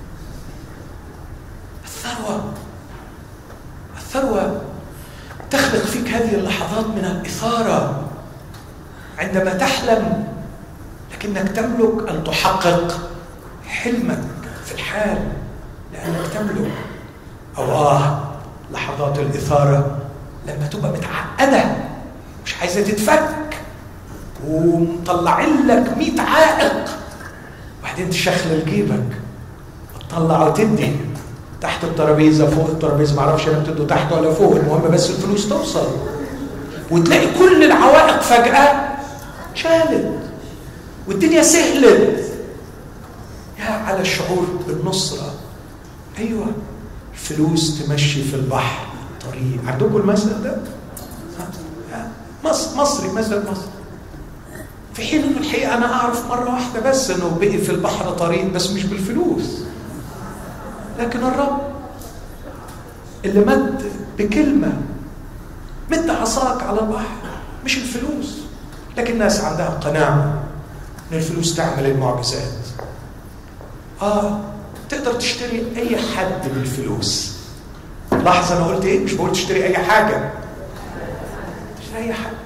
الثروة تخلق فيك هذه اللحظات من الإثارة عندما تحلم لكنك تملك أن تحقق حلمك في الحال لأنك تملك. أو لحظات الإثارة لما تبقى متعقدة مش عايزة تتفك ومطلعين لك 100 عائق، وبعدين تشخلل جيبك وتطلع وتدي تحت الترابيزه فوق الترابيزه، معرفش انا بتدوا تحت ولا فوق، المهم بس الفلوس توصل، وتلاقي كل العوائق فجأة شالت والدنيا سهلت. يا على الشعور بالنصرة. ايوه الفلوس تمشي في البحر طريق. عندكم المثل ده؟ مصري، مثل مصري. في حين انه الحقيقه انا اعرف مره واحده بس انه بقي في البحر طريق، بس مش بالفلوس، لكن الرب اللي مد بكلمه، مد عصاك على البحر، مش الفلوس. لكن الناس عندها قناعه ان الفلوس تعمل المعجزات. تقدر تشتري اي حد بالفلوس. لحظه انا قلت ايه؟ مش بقول تشتري اي حاجه، تشتري اي حد.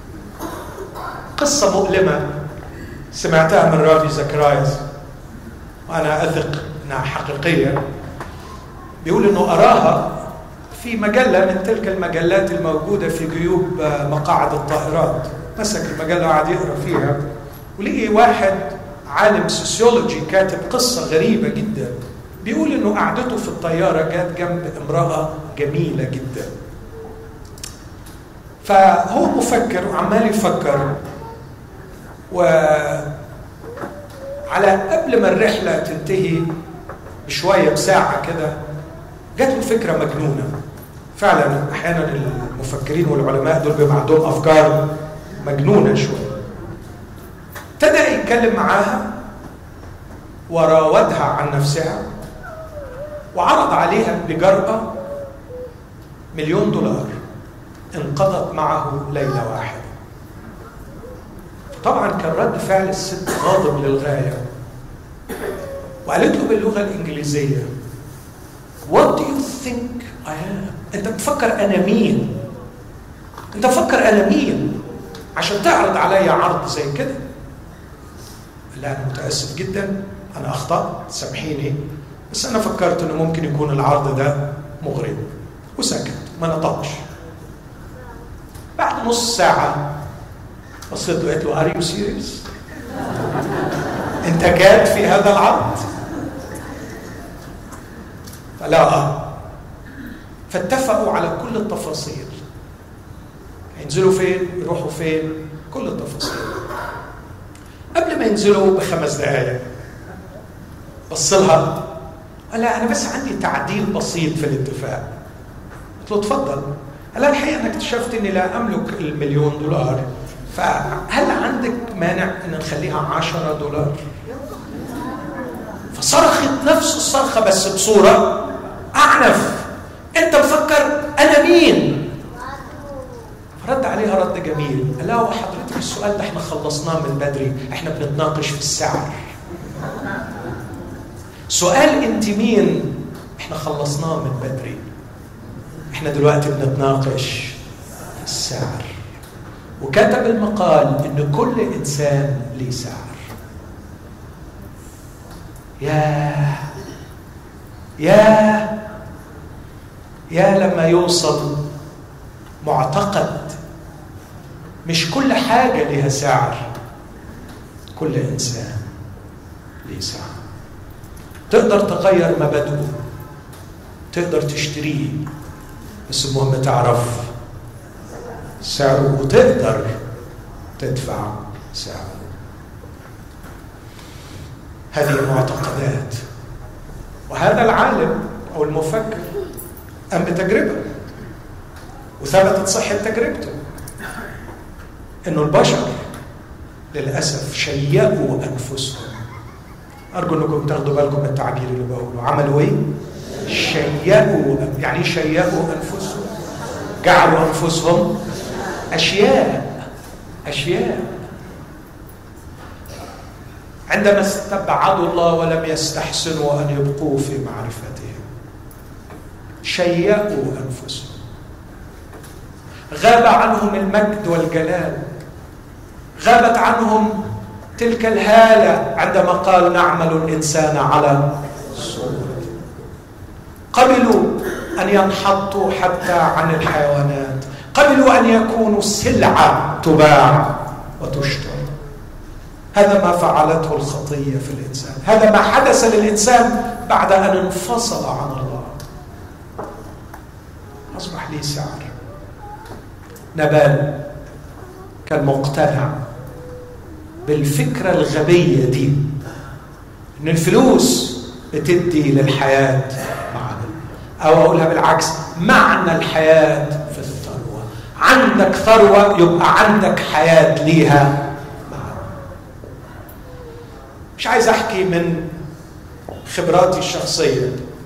قصة مؤلمة سمعتها من رافي زكرايز وأنا أثق أنها حقيقية. بيقول أنه أراها في مجلة من تلك المجلات الموجودة في جيوب مقاعد الطائرات. مسك المجلة وقعد يقرأ فيها، ولقي واحد عالم سوسيولوجي كاتب قصة غريبة جدا. بيقول أنه قعدته في الطيارة جات جنب امرأة جميلة جدا، فهو مفكر وعمال يفكر، وعلى قبل ما الرحلة تنتهي بشوية بساعة كده جات له فكرة مجنونة. فعلا أحيانا المفكرين والعلماء دول بيبقى عندهم أفكار مجنونة شوية. ابتدى يتكلم معاها وراودها عن نفسها وعرض عليها بجرأة $1,000,000 إن قضت معه ليلة واحدة. طبعا كان رد فعل الست غاضب للغاية، وقالت له باللغة الإنجليزية What do you think I am؟ أنت بتفكر أنا مين؟ أنت بتفكر أنا مين عشان تعرض علي عرض زي كده؟ لا أنا متأسف جدا، أنا أخطأت، سامحيني، بس أنا فكرت إنه ممكن يكون العرض ده مغري، وسكت ما نطقش. بعد نص ساعة بصيت له قلت له Are you serious؟ انت جاد في هذا العرض؟ فلا. فاتفقوا على كل التفاصيل، ينزلوا فين، يروحوا فين، كل التفاصيل. قبل ما ينزلوا ب5 دقائق بص لها قال لها انا بس عندي تعديل بسيط في الاتفاق. قلت له اتفضل. قال لها الحقيقه انا اكتشفت اني لا املك $1,000,000، فهل عندك مانع ان نخليها $10؟ فصرخت نفس الصرخه بس بصوره اعنف. انت مفكر انا مين؟ فرد عليها رد جميل، قال لها وحضرتك السؤال ده احنا خلصناه من بدري، احنا بنتناقش في السعر. سؤال انت مين احنا خلصناه من بدري، احنا دلوقتي بنتناقش في السعر. وكتب المقال ان كل انسان ليه سعر. يا لما يوصل معتقد مش كل حاجة لها سعر، كل إنسان ليه سعر. تقدر تغير مبادئه، تقدر تشتريه، بس المهم تعرف سعره وتقدر تدفع سعره. هذه المعتقدات. وهذا العالم أو المفكر قام بتجربة وثبتت صحة تجربته، إنه البشر للأسف شيئوا أنفسهم. أرجو أنكم تاخدوا بالكم من التعبير اللي بقوله. عملوا إيه؟ شيئوا. يعني شيئوا أنفسهم، جعلوا أنفسهم أشياء. عندما استبعدوا الله ولم يستحسنوا أن يبقوا في معرفتهم، شيئوا أنفسهم. غاب عنهم المجد والجلال، غابت عنهم تلك الهالة عندما قال نعمل الإنسان على صورته. قبلوا أن ينحطوا حتى عن الحيوانات، قبلوا أن يكونوا سلعة تباع وتشترى. هذا ما فعلته الخطية في الإنسان، هذا ما حدث للإنسان بعد أن انفصل عن الله. أصبح لي سعر. نبال كان مقتنع بالفكرة الغبية دي، إن الفلوس بتدي للحياة معنى، أو أقولها بالعكس، معنى الحياة في الثروة. عندك ثروة يبقى عندك حياة ليها معنى. مش عايز أحكي من خبراتي الشخصية.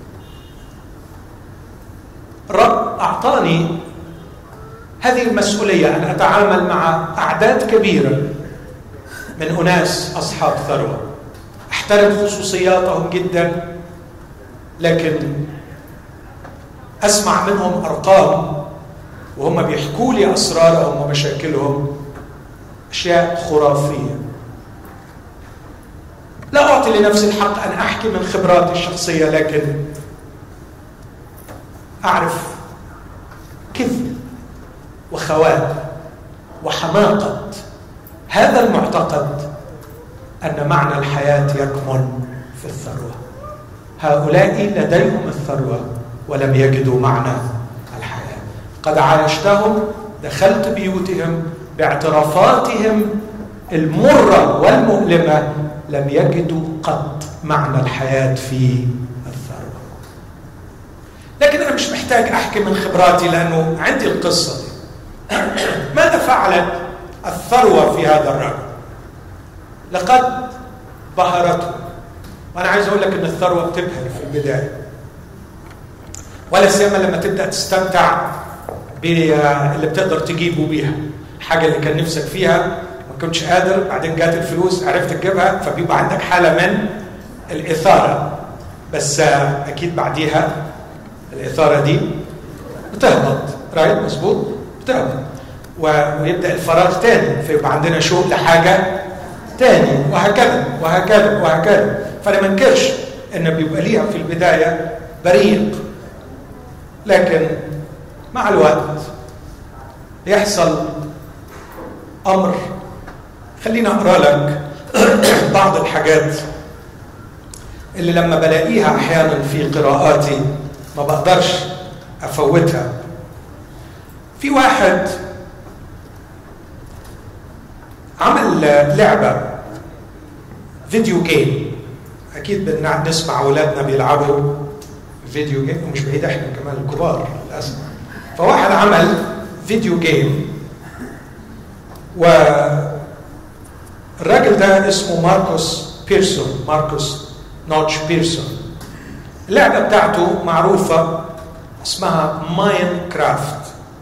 الرب أعطاني هذه المسؤولية أن أتعامل مع أعداد كبيرة من أناس أصحاب ثروة، أحترم خصوصياتهم جدا، لكن أسمع منهم أرقام وهم بيحكوا لي أسرارهم ومشاكلهم، أشياء خرافية. لا أعطي لنفسي الحق أن أحكي من خبراتي الشخصية، لكن أعرف كذب وخوان وحماقة هذا المعتقد أن معنى الحياة يكمن في الثروة. هؤلاء لديهم الثروة ولم يجدوا معنى الحياة. قد عايشتهم، دخلت بيوتهم باعترافاتهم المرة والمؤلمة، لم يجدوا قط معنى الحياة في الثروة. لكن أنا مش محتاج أحكي من خبراتي لأنه عندي القصة دي. ماذا فعلت الثروة في هذا الرجل؟ لقد بهرته. وأنا عايز أقول لك أن الثروة بتبهر في البداية، ولا سيما لما تبدأ تستمتع باللي بتقدر تجيبه بيها. الحاجة اللي كان نفسك فيها ما كنتش قادر، بعدين جات الفلوس عرفت تجيبها، فبيبقى عندك حالة من الإثارة. بس أكيد بعديها الإثارة دي بتهبط، رايت؟ مظبوط، بتهبط، ويبدأ الفراغ تاني، فيبقى عندنا شوق لحاجة تاني، وهكذا وهكذا وهكذا. فأنا ما انكرش إن بيبقى ليها في البداية بريق، لكن مع الوقت يحصل أمر. خلينا أقرأ لك بعض الحاجات اللي لما بلاقيها أحيانا في قراءاتي ما بقدرش أفوتها. في واحد عمل لعبة فيديو جيم، أكيد نسمع أولادنا بيلعبوا فيديو جيم، ومش بعيد احنا كمان الكبار للأسف. فواحد عمل فيديو جيم، والراجل ده اسمه ماركوس نوتش بيرسون. اللعبة بتاعته معروفة اسمها ماينكرافت،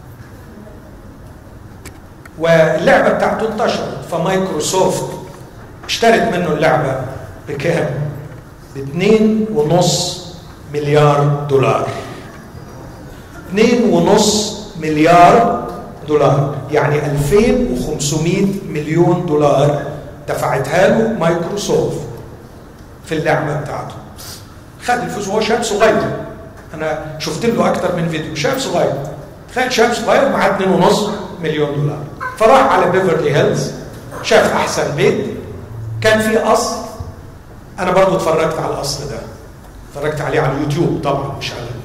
واللعبة بتاعته انتشرت، فمايكروسوفت اشترت منه اللعبة بكام؟ ب2.5 مليار دولار. 2.5 مليار دولار، يعني 2500 مليون دولار دفعتها له مايكروسوفت في اللعبة بتاعته. خد الفلوس وهو شاب صغير، أنا شفت له أكتر من فيديو، شاب صغير، تخيل شاب صغير معاه 2.5 مليون دولار. فراح على بيفرلي هيلز، شاف أحسن بيت، كان في قصر. أنا برضو اتفرجت على القصر ده، اتفرجت عليه على اليوتيوب طبعا، مش على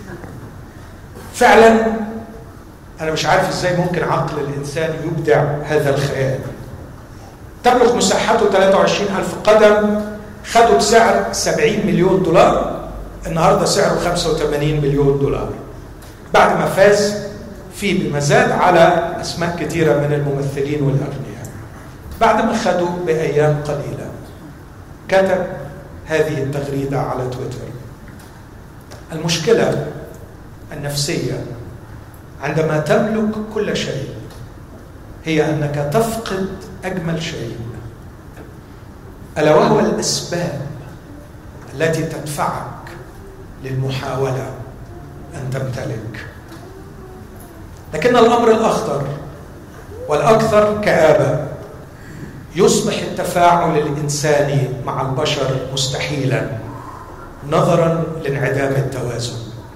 فعلا. أنا مش عارف إزاي ممكن عقل الإنسان يبدع هذا الخيال. تبلغ مساحته 23,000 قدم، خدوا بسعر 70 مليون دولار، النهارده سعره 85 مليون دولار، بعد ما فاز فيه بمزاد على أسماء كثيرة من الممثلين والأغنياء. بعد ما خدوا بأيام قليلة كتب هذه التغريدة على تويتر: المشكلة النفسية عندما تملك كل شيء هي أنك تفقد أجمل شيء، ألا وهو الأسباب التي تدفعك للمحاولة أن تمتلك. لكن الأمر الأخطر والأكثر كآبة، يصبح التفاعل الإنساني مع البشر مستحيلا نظرا لانعدام التوازن.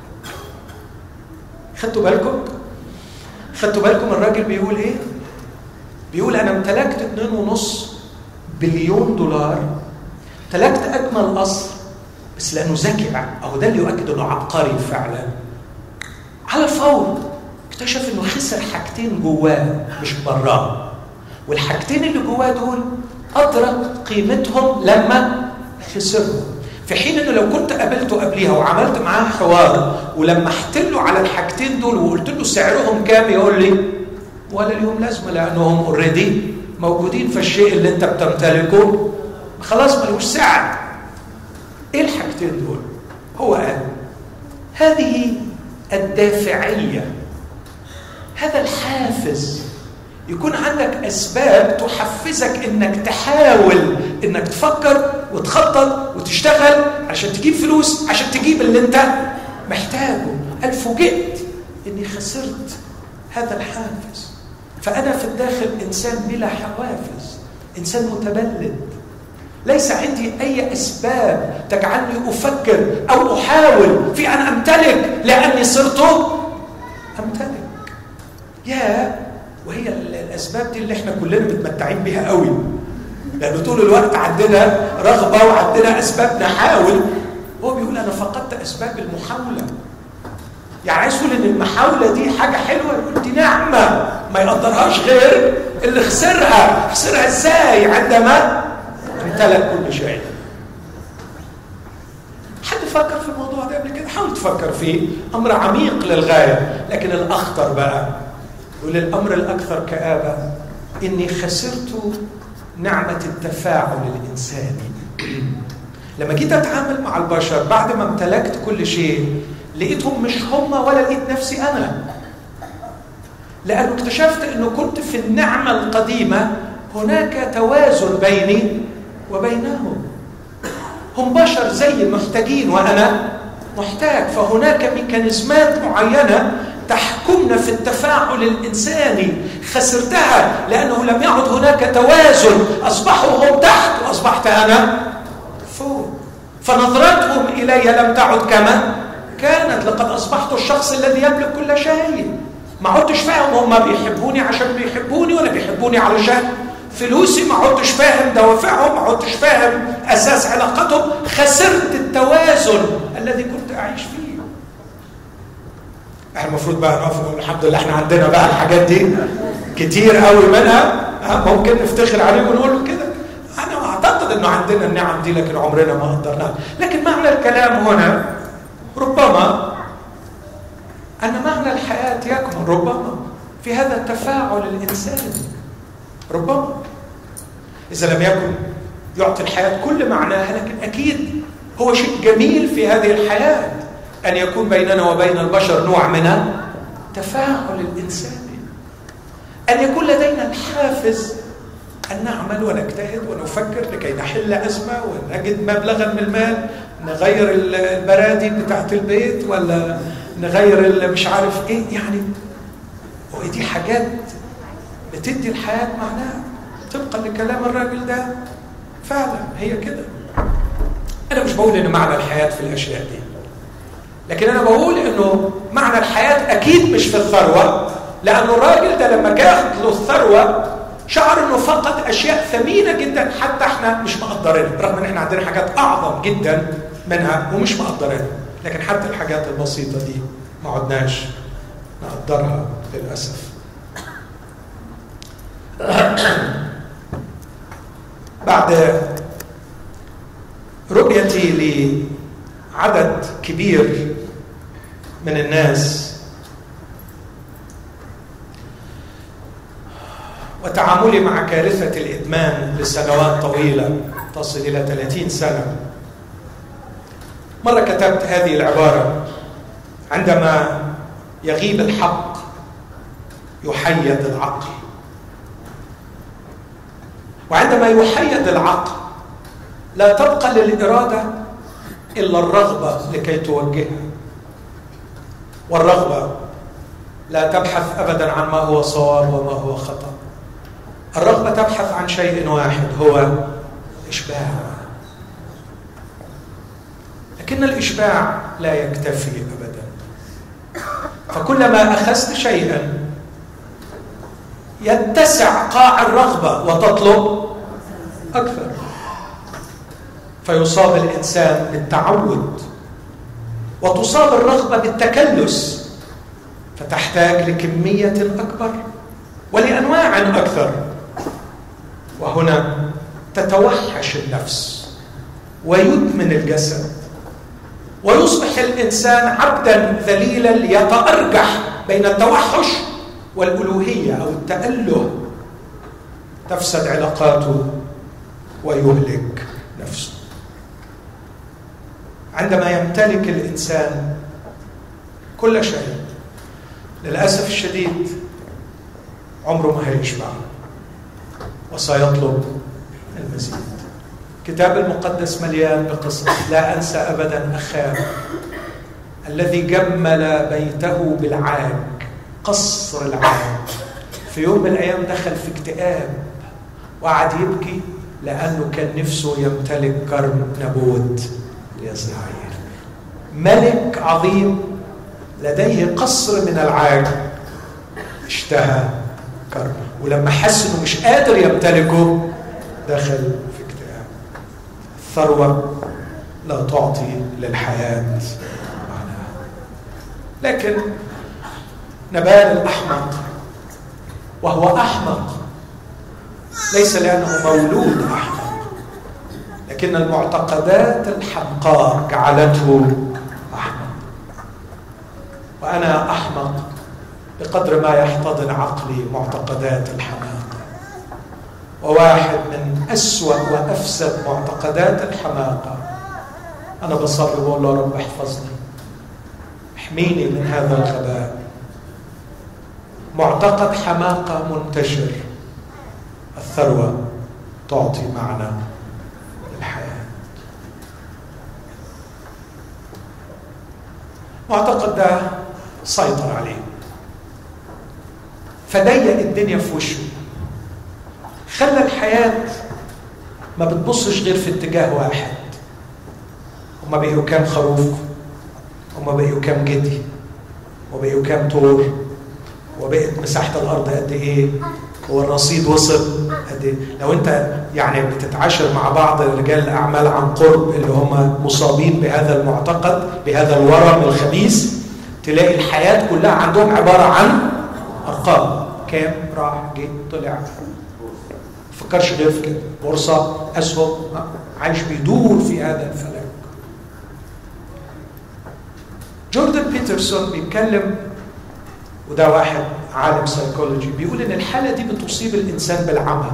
خدتوا بالكم الراجل بيقول ايه؟ بيقول انا امتلكت 2.5 بليون دولار، امتلكت اجمل قصر، بس لانه ذكي، اهو ده اللي يؤكد انه عبقري فعلا، على الفور اكتشف انه خسر حاجتين جواه مش براه، والحاجتين اللي جواه دول ادرك قيمتهم لما خسرهم، في حين انه لو كنت قابلته قبليها وعملت معاه حوار ولمحت له على الحاجتين دول وقلت له سعرهم كام، يقول لي ولا ليهم لازمه، لانهم اوريدي موجودين في الشيء اللي انت بتمتلكه، خلاص ملوش سعر. ايه الحاجتين دول؟ هو قال هذه الدافعيه، هذا الحافز، يكون عندك أسباب تحفزك إنك تحاول إنك تفكر وتخطط وتشتغل عشان تجيب فلوس، عشان تجيب اللي أنت محتاجه. قال فوجئت إني خسرت هذا الحافز، فأنا في الداخل إنسان بلا حوافز، إنسان متبلد، ليس عندي أي أسباب تجعلني أفكر أو أحاول في أن أمتلك، لأني صرت أمتلك. وهي الأسباب دي اللي احنا كلنا متمتعين بها قوي، لأنه طول الوقت عندنا رغبة وعندنا أسباب نحاول. هو بيقول أنا فقدت أسباب المحاولة، يعني عايز يقول إن المحاولة دي حاجة حلوة، يقول دي نعمة ما يقدرهاش غير اللي خسرها إزاي؟ عندما امتلك كل شيء. حد فكر في الموضوع ده قبل كده؟ حاول تفكر فيه، أمر عميق للغاية. لكن الأخطر بقى، وللأمر الأكثر كآبة، إني خسرت نعمة التفاعل الإنساني. لما جيت أتعامل مع البشر بعد ما امتلكت كل شيء، لقيتهم مش هم ولا لقيت نفسي أنا، لأنه اكتشفت أنه كنت في النعمة القديمة هناك توازن بيني وبينهم. هم بشر زي محتاجين وأنا محتاج، فهناك ميكانيزمات معينة تحكمنا في التفاعل الإنساني. خسرتها لأنه لم يعد هناك توازن، أصبحوا هم تحت وأصبحت أنا فوق، فنظرتهم إلي لم تعد كما كانت. لقد أصبحت الشخص الذي يملك كل شيء، ما عدتش فاهم هم بيحبوني عشان بيحبوني ولا بيحبوني علشان فلوسي، ما عدتش فاهم دوافعهم، ما عدتش فاهم أساس علاقتهم، خسرت التوازن الذي كنت أعيش فيه. احنا المفروض بقى نقف ونقول الحمد لله احنا عندنا بقى الحاجات دي كتير قوي منها، ممكن نفتخر عليه ونقول كده. انا اعتقد انه عندنا النعم دي لكن عمرنا ما قدرناها. لكن معنى الكلام هنا ربما ان معنى الحياه يكمن ربما في هذا التفاعل الانساني. ربما اذا لم يكن يعطي الحياه كل معناها، لكن اكيد هو شيء جميل في هذه الحياه أن يكون بيننا وبين البشر نوع من التفاعل الإنساني، أن يكون لدينا الحافز أن نعمل ونجتهد ونفكر لكي نحل أزمة ونجد مبلغا من المال، نغير البرادي بتاعت البيت ولا نغير مش عارف إيه. يعني ودي حاجات بتدي الحياة معناها طبقا لكلام الراجل ده. فعلا هي كده. أنا مش بقول إن معنى الحياة في الأشياء دي، لكن أنا بقول إنه معنى الحياة أكيد مش في الثروة، لأنه الراجل ده لما جاء له الثروة شعر إنه فقد أشياء ثمينة جدا حتى إحنا مش مقدرينها، رغم إن إحنا عندنا حاجات أعظم جدا منها ومش مقدرينها، لكن حتى الحاجات البسيطة دي ما عدناش نقدرها للأسف. بعد رؤيتي لعدد كبير من الناس وتعاملي مع كارثة الإدمان لسنوات طويلة تصل إلى 30 سنة، مرة كتبت هذه العبارة: عندما يغيب الحق يحيد العقل، وعندما يحيد العقل لا تبقى للإرادة إلا الرغبة لكي توجهها، والرغبة لا تبحث أبدا عن ما هو صواب وما هو خطأ. الرغبة تبحث عن شيء واحد، هو الإشباع. لكن الإشباع لا يكتفي أبدا، فكلما أخذت شيئا يتسع قاع الرغبة وتطلب أكثر، فيصاب الإنسان بالتعود، وتصاب الرغبة بالتكلس، فتحتاج لكمية أكبر ولأنواع أكثر، وهنا تتوحش النفس ويدمن الجسد، ويصبح الإنسان عبدا ذليلا يتأرجح بين التوحش والألوهية أو التأله، تفسد علاقاته ويهلك نفسه. عندما يمتلك الإنسان كل شيء للأسف الشديد عمره ما هيشبع وسيطلب المزيد. الكتاب المقدس مليان بقصص. لا أنسى أبدا أخاه الذي جمل بيته بالعاج، قصر العاج. في يوم من الأيام دخل في اكتئاب وقعد يبكي لأنه كان نفسه يمتلك كرم نبوت ليزرعيل، ملك عظيم لديه قصر من العاج، اشتهى كرم، ولما حس انه مش قادر يمتلكه دخل في اكتئاب. الثروة لا تعطي للحياة معناها. لكن نبال الأحمق، وهو أحمق ليس لأنه مولود أحمق، لكن المعتقدات الحمقاء جعلته أحمق. وأنا أحمق بقدر ما يحتضن عقلي معتقدات الحماقة. وواحد من أسوأ وأفسد معتقدات الحماقة، أنا بصلي وأقول له رب احفظني، احميني من هذا الغباء. معتقد حماقة منتشر: الثروة تعطي معنى للحياة. معتقد ده سيطر عليه، فضيق الدنيا في وشه، خلى الحياة ما بتبصش غير في اتجاه واحد. هما بقيوا كام خروف، هما بقيوا كام جدي، وبقيوا كام طور، وبقت مساحة الأرض قد إيه، والرصيد وصل قد قد ايه. لو انت يعني بتتعاشر مع بعض رجال الاعمال عن قرب اللي هم مصابين بهذا المعتقد، بهذا الورم الخبيث، تلاقي الحياه كلها عندهم عباره عن ارقام. كام راح جه طلع، فكرش غير في كده. بورصه، اسهم، عايش بيدور في هذا الفلك. جوردن بيترسون بيتكلم، وده واحد عالم سايكولوجي، بيقول ان الحاله دي بتصيب الانسان بالعمى،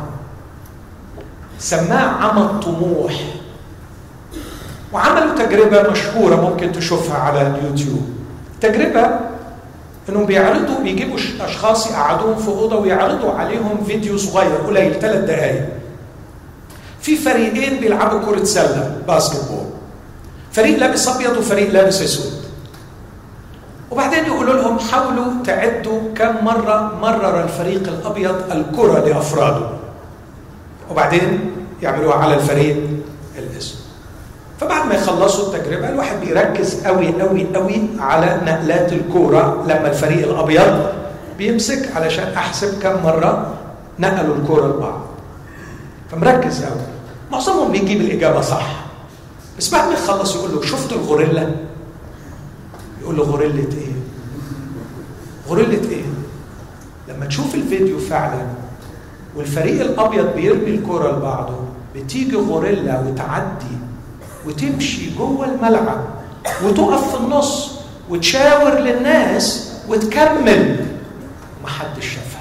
سماه عمى الطموح. وعملوا تجربه مشهوره ممكن تشوفها على اليوتيوب. تجربه انهم بيجيبوا اشخاص يقعدوهم في اوضه ويعرضوا عليهم فيديو صغير قليل 3 دقائق. في فريقين بيلعبوا كره سله باسكت بول، فريق لابس ابيض وفريق لابس اسود. وبعدين يقولوا لهم حاولوا تعدوا كم مرر الفريق الابيض الكره لافراده، وبعدين يعملوها على الفريق الاسود. فبعد ما يخلصوا التجربه الواحد بيركز قوي قوي قوي على نقلات الكوره لما الفريق الابيض بيمسك، علشان احسب كم مره نقلوا الكوره لبعض. فمركز قوي. معظمهم بيجيب الاجابه صح، بس بعد ما يخلص يقول له شفت الغوريلا؟ يقول له غوريلا ايه؟ غوريلا ايه؟ لما تشوف الفيديو فعلا والفريق الابيض بيرمي الكوره لبعضه، بتيجي غوريلا وتعدي وتمشي جوه الملعب وتقف في النص وتشاور للناس وتكمل. محدش شافها،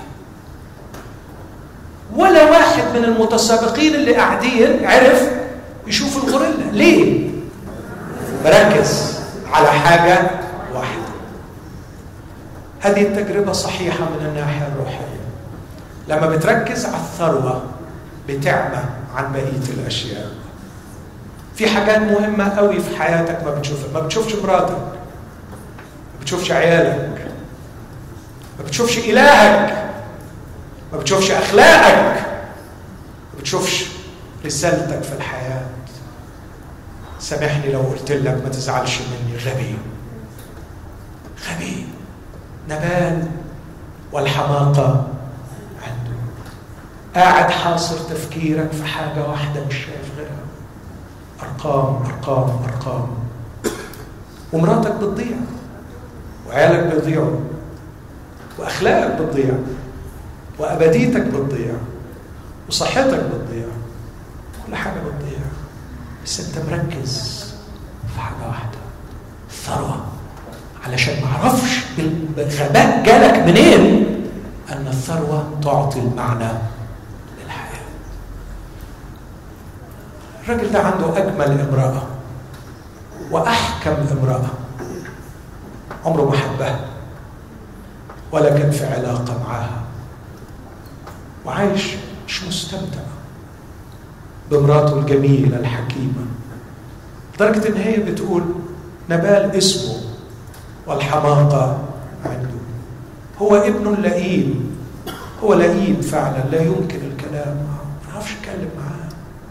ولا واحد من المتسابقين اللي قاعدين عرف يشوف الغوريلا. ليه؟ مركز على حاجه واحده. هذه التجربه صحيحه من الناحيه الروحيه. لما بتركز على الثروه بتعمى عن بقيه الاشياء. في حاجات مهمه قوي في حياتك ما بتشوفها. ما بتشوفش مراتك، ما بتشوفش عيالك، ما بتشوفش الهك، ما بتشوفش اخلاقك، ما بتشوفش رسالتك في الحياه. سامحني لو قلت لك ما تزعلش مني، غبي غبي. نبال والحماقه عنده، قاعد حاصر تفكيرك في حاجه واحده مش شايف غيرها. ارقام ارقام ارقام. ومراتك بتضيع، وعيالك بيضيعوا، واخلاقك بتضيع، وابديتك بتضيع، وصحتك بتضيع، كل حاجه بتضيع. بس انت مركز في حاجه واحده، الثروه. علشان ما اعرفش بالغباء جالك منين ان الثروه تعطي المعنى للحياه. الراجل ده عنده اجمل امراه واحكم امراه، عمره ما حبها ولا كان في علاقه معاها، وعايش مش مستمتع بمراته الجميله الحكيمه، لدرجه ان هي بتقول نبال اسمه والحماقه عنده. هو ابن لئيم، هو لئيم فعلا، لا يمكن الكلام معه، ما نعرفش اتكلم معاه.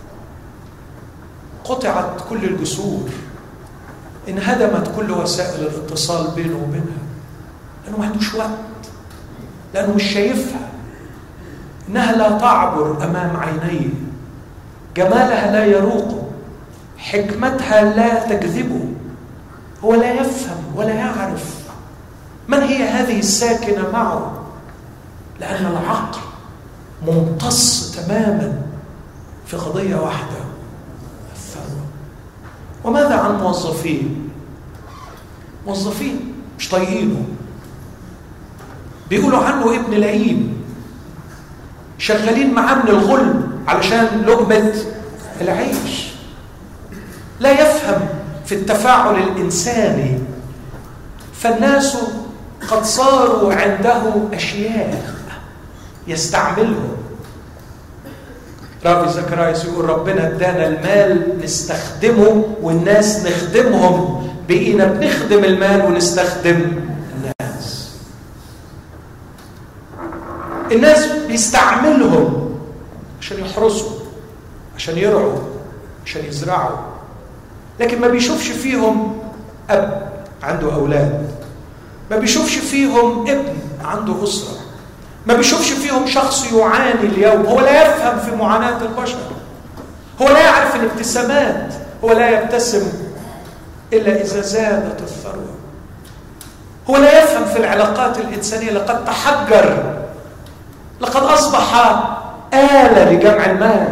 قطعت كل الجسور، انهدمت كل وسائل الاتصال بينه وبينها، لانه ما عندوش وقت، لانه مش شايفها، انها لا تعبر امام عينيه، جمالها لا يروقه، حكمتها لا تجذبه، هو لا يفهم ولا يعرف من هي هذه الساكنه معه، لان العقل ممتص تماما في قضيه واحده، الثروه. وماذا عن موظفين؟ موظفين مش طايقينه، بيقولوا عنه ابن لئيم، شغالين معاه من الغل علشان لقمه العيش، لا يفهم في التفاعل الانساني، فالناس قد صاروا عنده اشياء يستعملهم. رافي زكرايس يقول ربنا ادانا المال نستخدمه والناس نخدمهم، بقينا بنخدم المال ونستخدم الناس بيستعملهم عشان يحرسوا، عشان يرعوا، عشان يزرعوا، لكن ما بيشوفش فيهم اب عنده اولاد، ما بيشوفش فيهم ابن عنده اسره، ما بيشوفش فيهم شخص يعاني اليوم. هو لا يفهم في معاناة البشر، هو لا يعرف الابتسامات، هو لا يبتسم إلا إذا زادت الثروة. هو لا يفهم في العلاقات الإنسانية. لقد تحجر، لقد أصبح آلة لجمع المال.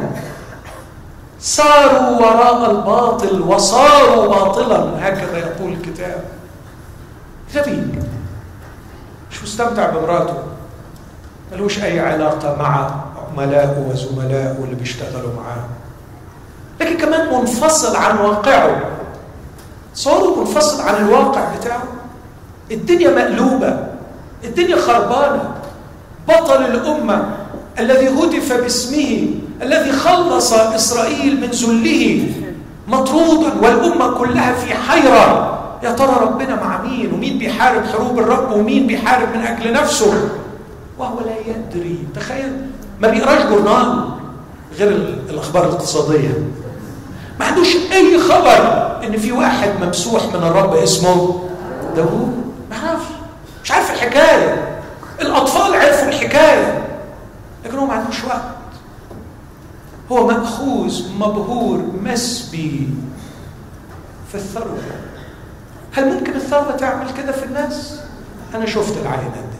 ساروا وراء الباطل وصاروا باطلا، هكذا يقول الكتاب. غبي، مش مستمتع بمراته، ملوش أي علاقة مع عملائه وزملائه اللي بيشتغلوا معاه، لكن كمان منفصل عن واقعه. صاروا منفصل عن الواقع بتاعه. الدنيا مقلوبة، الدنيا خربانة. بطل الأمة الذي هتف باسمه، الذي خلص إسرائيل من ذله، مطرودا، والأمة كلها في حيرة. يا ترى ربنا مع مين؟ ومين بيحارب حروب الرب؟ ومين بيحارب من أجل نفسه؟ وهو لا يدري. تخيل، ما بيقراش جورنال غير الأخبار الاقتصادية، ما عندوش أي خبر إن في واحد ممسوح من الرب اسمه داوود. ما عارف، مش عارف الحكاية. الأطفال عرفوا الحكاية، لكن هو ما عندوش وقت. هو مأخوذ، مبهور، مسبي في الثروة. هل ممكن الثروة تعمل كده في الناس؟ أنا شفت العينات دي،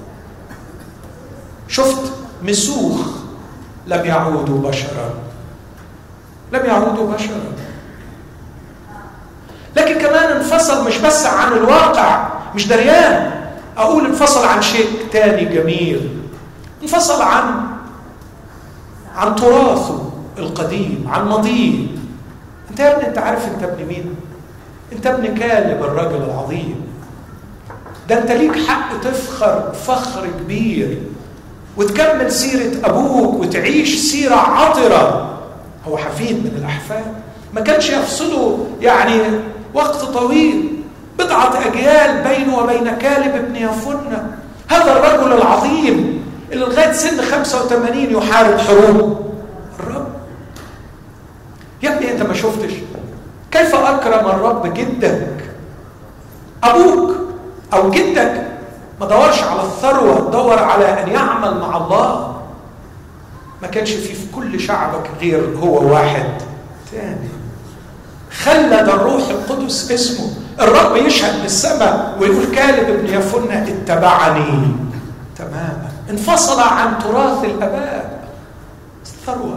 شفت مسوخ لم يعودوا بشرا، لم يعودوا بشرا. لكن كمان انفصل مش بس عن الواقع، مش دريان، أقول انفصل عن شيء تاني جميل. انفصل عن تراثه القديم، عن ماضيه. انت يا ابني، انت عارف انت ابن مين؟ انت ابن كالب الرجل العظيم. ده انت ليك حق تفخر فخر كبير وتكمل سيرة أبوك وتعيش سيرة عطرة. هو حفيد من الأحفاد، ما كانش يفصله يعني وقت طويل، بضعة أجيال بينه وبين كالب ابن يفنة، هذا الرجل العظيم اللي لغاية سن 85 يحارب حروب الرب. يا ابني، أنت ما شفتش كيف أكرم الرب جدك؟ أبوك أو جدك ما دورش على الثروة، دور على أن يعمل مع الله. ما كانش في كل شعبك غير هو واحد تاني. خلد الروح القدس اسمه. الرب يشهد من السماء ويقول كالب ابن يفنة اتبعني تماما. انفصل عن تراث الآباء، الثروة.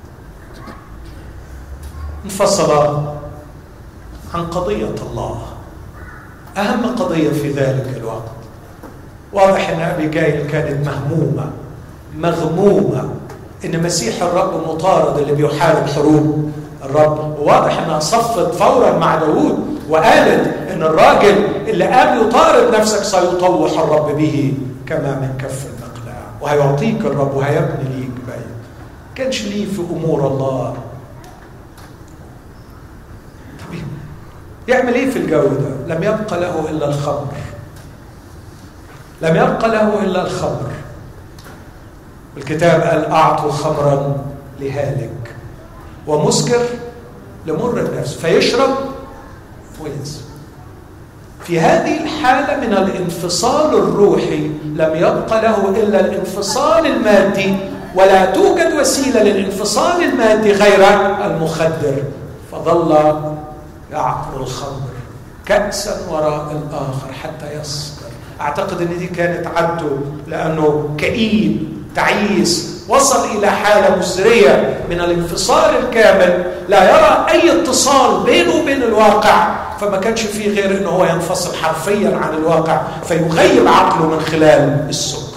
انفصل عن قضية الله، أهم قضية في ذلك الوقت. واضح أن أبيجايل كانت مهمومة مغمومة إن مسيح الرب مطارد اللي بيحارب حروب الرب. وواضح أنها صفت فورا مع داود وقالت إن الراجل اللي قام يطارد نفسك سيطوح الرب به كما من كف المقلاع، وهيعطيك الرب وهيبني ليك بيت. كانش ليه في أمور الله. طب يعمل إيه في الجو ده؟ لم يبقى له إلا الخمر، لم يبقى له إلا الخمر. الكتاب قال أعطوا خمرا لهالك ومسكر لمر النفس فيشرب وينسى. في هذه الحالة من الانفصال الروحي لم يبقى له إلا الانفصال المادي، ولا توجد وسيلة للانفصال المادي غير المخدر، فظل يعقر الخمر كأسا وراء الآخر حتى يسكر. أعتقد أن دي كانت عادته، لأنه كئيب تعيس، وصل إلى حالة مزرية من الانفصال الكامل، لا يرى أي اتصال بينه وبين الواقع، فما كانش فيه غير أنه هو ينفصل حرفيا عن الواقع فيغيب عقله من خلال السكر.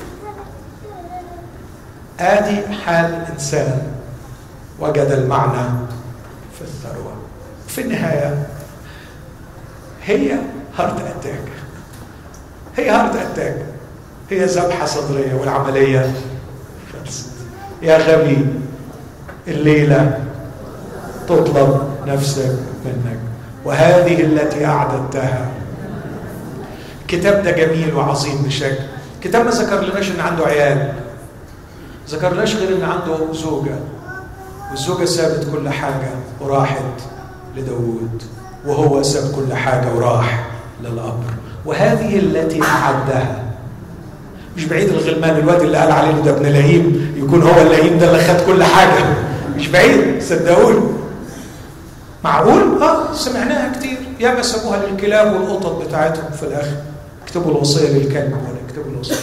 آدي حال الإنسان وجد المعنى في الثروة. في النهاية هي هارت أتاك، هي هارت أتاك، هي ذبحة صدرية والعملية خلصت. يا غبي، الليلة تطلب نفسك منك، وهذه التي أعددتها. الكتاب ده جميل وعظيم بشكل. الكتاب ما ذكر لناش إن عنده عيال، ذكر لناش غير إن عنده زوجة، والزوجة سابت كل حاجة وراحت لداود، وهو ساب كل حاجة وراح للأمر. وهذه التي أعدها، مش بعيد الغلمان الواد اللي قال عليه ده ابن لئيم يكون هو اللئيم ده اللي خد كل حاجة، مش بعيد صدقوني. معقول؟ سمعناها كتير، ياما سابوها للكلاب والقطط بتاعتهم في الآخر. اكتبوا الوصية للكلب ولا اكتبوا الوصية.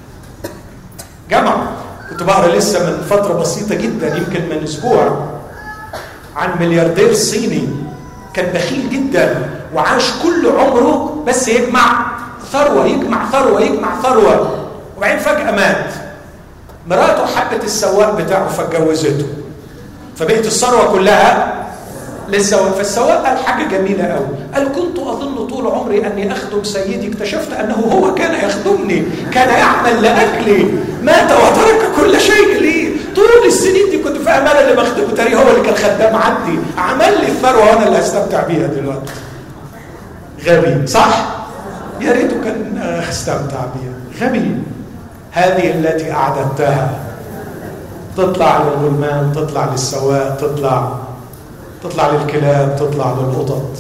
جمع كنت بقرا لسه من فترة بسيطة جدا يمكن من أسبوع عن ملياردير صيني كان بخيل جدا وعاش كل عمره بس يجمع ثروة يجمع ثروة يجمع ثروة، وبعدين فجأة مات. مراته حبت السواق بتاعه فاتجوزته، فبقت الثروة كلها للسواق. فالسواق قال حاجة جميلة قوي، قال كنت أظن طول عمري أني أخدم سيدي، اكتشفت أنه هو كان يخدمني، كان يعمل لأجلي، مات وترك كل شيء لي. طول السنين دي كنت في أمان اللي بخدمه، تاري هو اللي كان خدام عندي، عمل لي الثروة وأنا اللي هستمتع بيها دلوقتي. غبي صح؟ يا ريته كان استمتع بيها. غبي. هذه التي أعددتها تطلع للغلمان، تطلع للسواق، تطلع للكلاب، تطلع للقطط.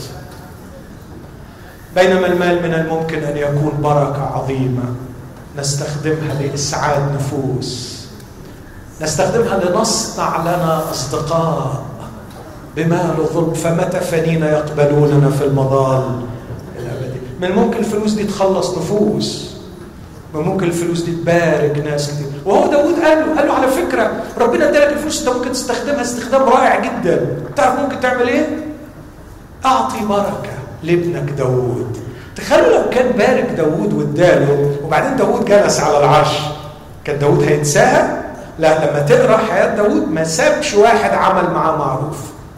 بينما المال من الممكن أن يكون بركة عظيمة نستخدمها لإسعاد نفوس، نستخدمها لنصنع لنا أصدقاء بمال ظلم، فمتى فنينا يقبلوننا في المضال الأبدي. من الممكن الفلوس دي تخلص نفوس، من ممكن الفلوس دي تبارك ناس كتير. وهو داود قال له على فكرة ربنا ادالك الفلوس، انت ممكن تستخدمها استخدام رائع جدا. تعرف ممكن تعمل ايه؟ اعطي بركة لابنك داود. تخيلوا لو كان بارك داود واداله وبعدين داود جلس على العرش، كان داود هينساها؟ لا، لما تقرأ حياة داود ما سابش واحد عمل معاه معروف،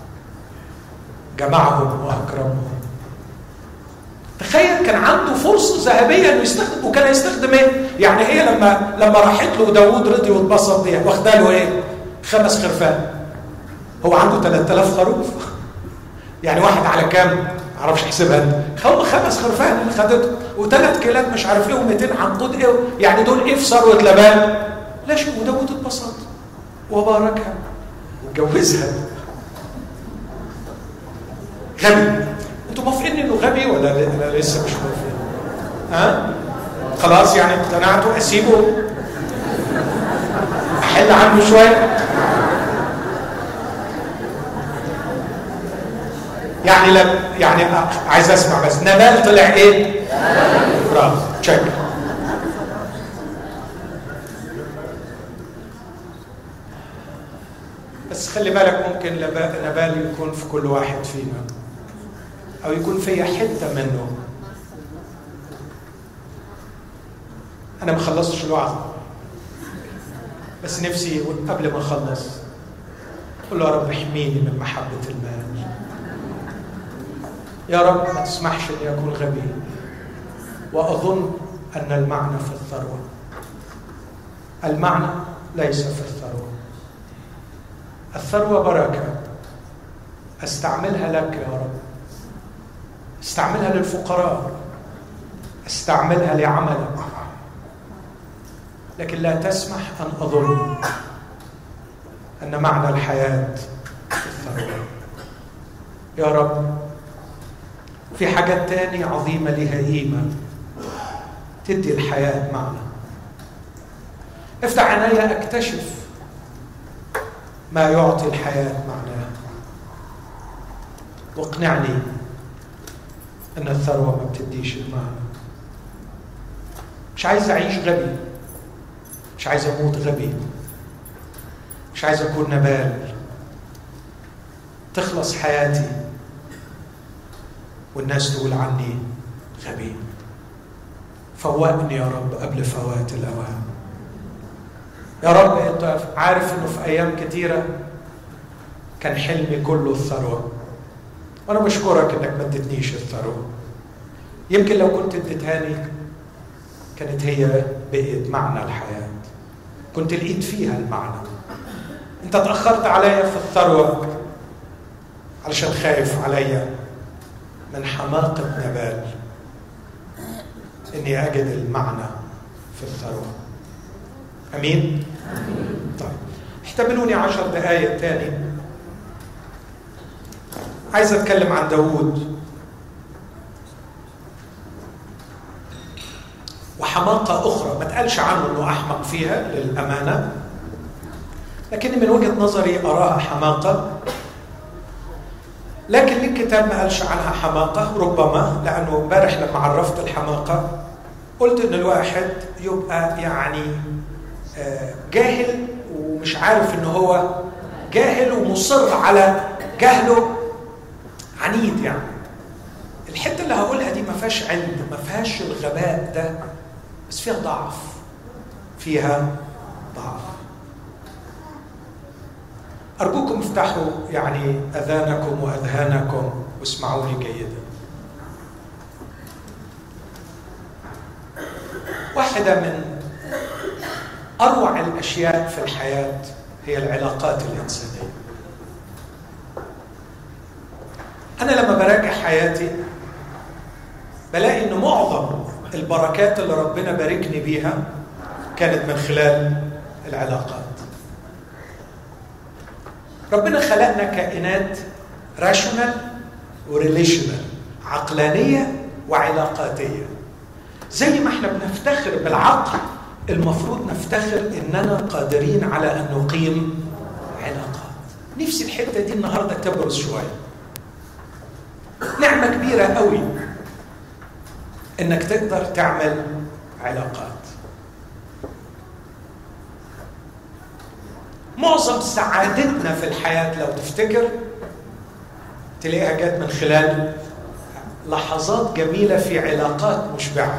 جمعهم واكرمهم. تخيل كان عنده فرصة ذهبية انه يستخدم، وكان يستخدم ايه؟ يعني هي لما راحت له داود رضي واتبسط بيها، واخده له ايه؟ 5 خرفان. هو عنده 3000 خروف يعني واحد على كام؟ معرفش احسبها انت. 5 خرفان اللي خدته، و3 كيلات مش عارف ايه، و200 عنقود ايه، يعني دول ايه في ثروة لبان؟ لا شيء. وداود اتبسط وباركها واتجوزها. غبي. انتوا موافقين انه غبي ولا لسه مش موافقين؟ خلاص يعني اقتنعتوا؟ اسيبه احل عنه شويه؟ يعني يعني عايز اسمع بس. نبال طلع ايه؟ برافو، تشيك. بس خلي بالك ممكن نبال يكون في كل واحد فينا، أو يكون فيها حتة منه. أنا ما خلصتش الوعظ، بس نفسي قبل ما أخلص أقول له يا رب احميني من محبة المال. يا رب ما تسمحش أن أكون غبي وأظن أن المعنى في الثروة. المعنى ليس في الثروة. الثروة بركة أستعملها لك يا رب، استعملها للفقراء، استعملها لعملك، لكن لا تسمح أن أظن أن معنى الحياة في الثروة. يا رب في حاجات تانية عظيمة لها قيمة تدي الحياة معنى. افتح عيني أكتشف ما يعطي الحياة معناها، واقنعني أن الثروة ما بتديش المعنى. مش عايز أعيش غبي، مش عايز أموت غبي، مش عايز أكون نبال تخلص حياتي والناس تقول عني غبي. فوقني يا رب قبل فوات الأوان. يا رب أنت عارف أنه في أيام كتيرة كان حلمي كله الثروة، وأنا بشكرك أنك ما ادتنيش الثروة. يمكن لو كنت اديتهاني كانت هي بقيت معنى الحياة، كنت لقيت فيها المعنى. أنت تأخرت عليا في الثروة علشان خايف عليا من حماقة نبال إني أجد المعنى في الثروة. أمين؟ طيب احتملوني 10 دقايق تاني. عايز أتكلم عن داود وحماقة أخرى ما تقالش عنه أنه أحمق فيها للأمانة، لكن من وجهة نظري أراها حماقة. لكن الكتاب ما قالش عنها حماقة، ربما لأنه امبارح لما عرفت الحماقة قلت أن الواحد يبقى يعني جاهل ومش عارف أنه هو جاهل ومصر على جهله، عنيد. يعني الحتة اللي هقولها دي ما فيهاش عند، ما فيهاش الغباء ده، بس فيها ضعف، فيها ضعف. أرجوكم افتحوا يعني أذانكم وأذهانكم واسمعوني جيدا. واحدة من أروع الأشياء في الحياة هي العلاقات الإنسانية. أنا لما براجع حياتي بلاقي إن معظم البركات اللي ربنا باركني بيها كانت من خلال العلاقات. ربنا خلقنا كائنات راشونال وريليشنال، عقلانية وعلاقاتية. زي ما احنا بنفتخر بالعقل، المفروض نفتخر إننا قادرين على أن نقيم علاقات. نفسي الحتة دي النهاردة تبرز شوية. نعمة كبيرة قوي إنك تقدر تعمل علاقات. معظم سعادتنا في الحياة لو تفتكر تلاقيها جات من خلال لحظات جميلة في علاقات مشبعة.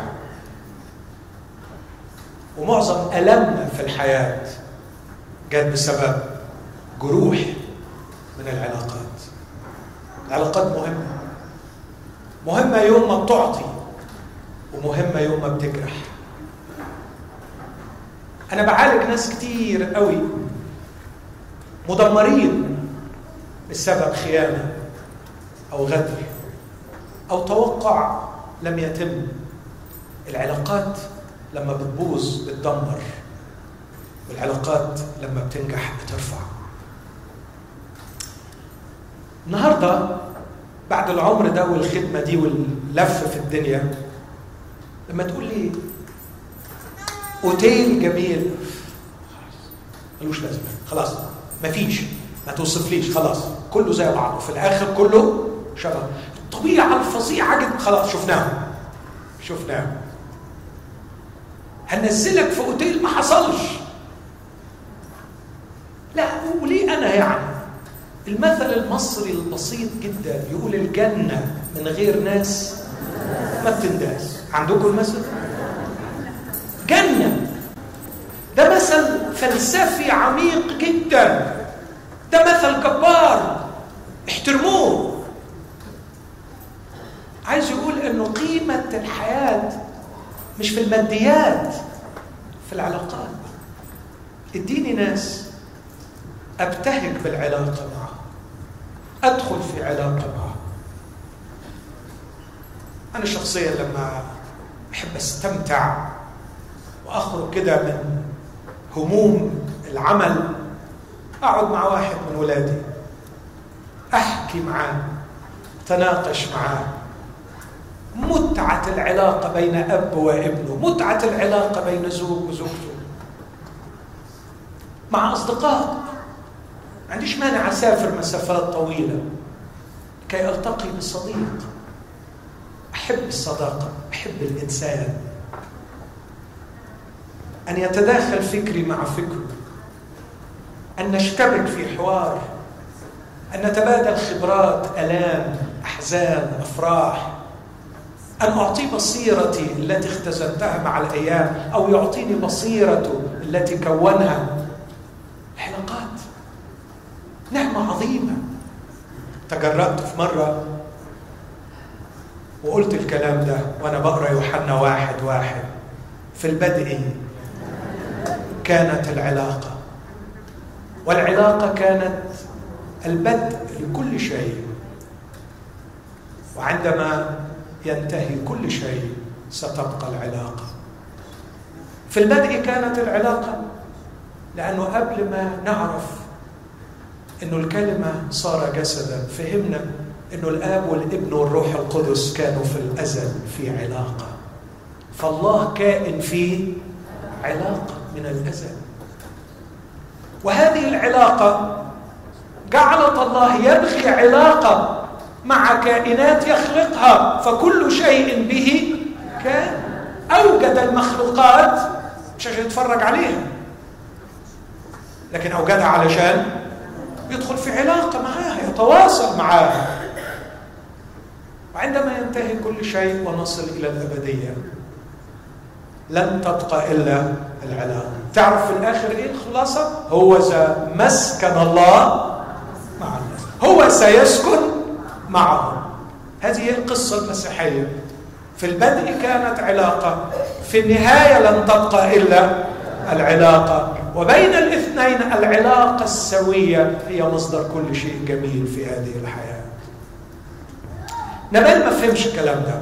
ومعظم ألمنا في الحياة جات بسبب جروح من العلاقات. العلاقات مهمة، مهمة يوم ما بتعطي ومهمة يوم ما بتجرح. أنا بعالج ناس كتير قوي مدمرين بسبب خيانة أو غدر أو توقع لم يتم. العلاقات لما بتبوظ بتدمر، والعلاقات لما بتنجح بترفع. النهاردة بعد العمر ده والخدمة دي واللف في الدنيا، لما تقول لي اوتيل جميل ملوش لازمة، خلاص مفيش، ما توصفليش، خلاص كله زي بعضه، في الآخر كله شبه. الطبيعة الفظيعة جدا خلاص شفناها. هنزلك في اوتيل ما حصلش. لا، وليه أنا يعني؟ المثل المصري البسيط جدا يقول الجنة من غير ناس ما بتنداس. عندكم المثل؟ جنة ده مثل فلسفي عميق جدا، ده مثل جبار، احترموه. عايز يقول انه قيمة الحياة مش في الماديات، في العلاقات. اديني ناس ابتهج بالعلاقة معه، ادخل في علاقة معه. انا شخصيا لما احب استمتع واخرج كده من هموم العمل، اقعد مع واحد من ولادي، احكي معاه، تناقش معاه. متعة العلاقة بين اب وابنه، متعة العلاقة بين زوج وزوجته. مع اصدقاء، ما عنديش مانع اسافر مسافات طويلة كي التقي بصديق. احب الصداقة، احب الانسان، أن يتداخل فكري مع فكره، أن نشتبك في حوار، أن نتبادل خبرات، آلام، أحزان، أفراح، أن أعطي بصيرتي التي اختزنتها مع الأيام أو يعطيني بصيرته التي كونها. العلاقات نعمة عظيمة. تجرأت في مرة وقلت الكلام ده وأنا بقرأ يوحنا 1:1، في البدء كانت العلاقة، والعلاقة كانت البدء لكل شيء، وعندما ينتهي كل شيء ستبقى العلاقة. في البدء كانت العلاقة، لأنه قبل ما نعرف أنه الكلمة صار جسدا، فهمنا أنه الآب والابن والروح القدس كانوا في الأزل في علاقة. فالله كائن في علاقة من الأزل، وهذه العلاقة جعلت الله يبغي علاقة مع كائنات يخلقها، فكل شيء به كان. أوجد المخلوقات مش عشان يتفرج عليها، لكن أوجدها علشان يدخل في علاقة معاها، يتواصل معاها. وعندما ينتهي كل شيء ونصل إلى الأبدية لن تبقى إلا العلاقة. تعرف في الآخر إيه الخلاصة؟ هو مسكن الله مع الناس، هو سيسكن معهم. هذه هي القصة المسيحية. في البدء كانت علاقة، في النهاية لن تبقى إلا العلاقة، وبين الاثنين العلاقة السوية هي مصدر كل شيء جميل في هذه الحياة. نبال ما فهمش الكلام ده،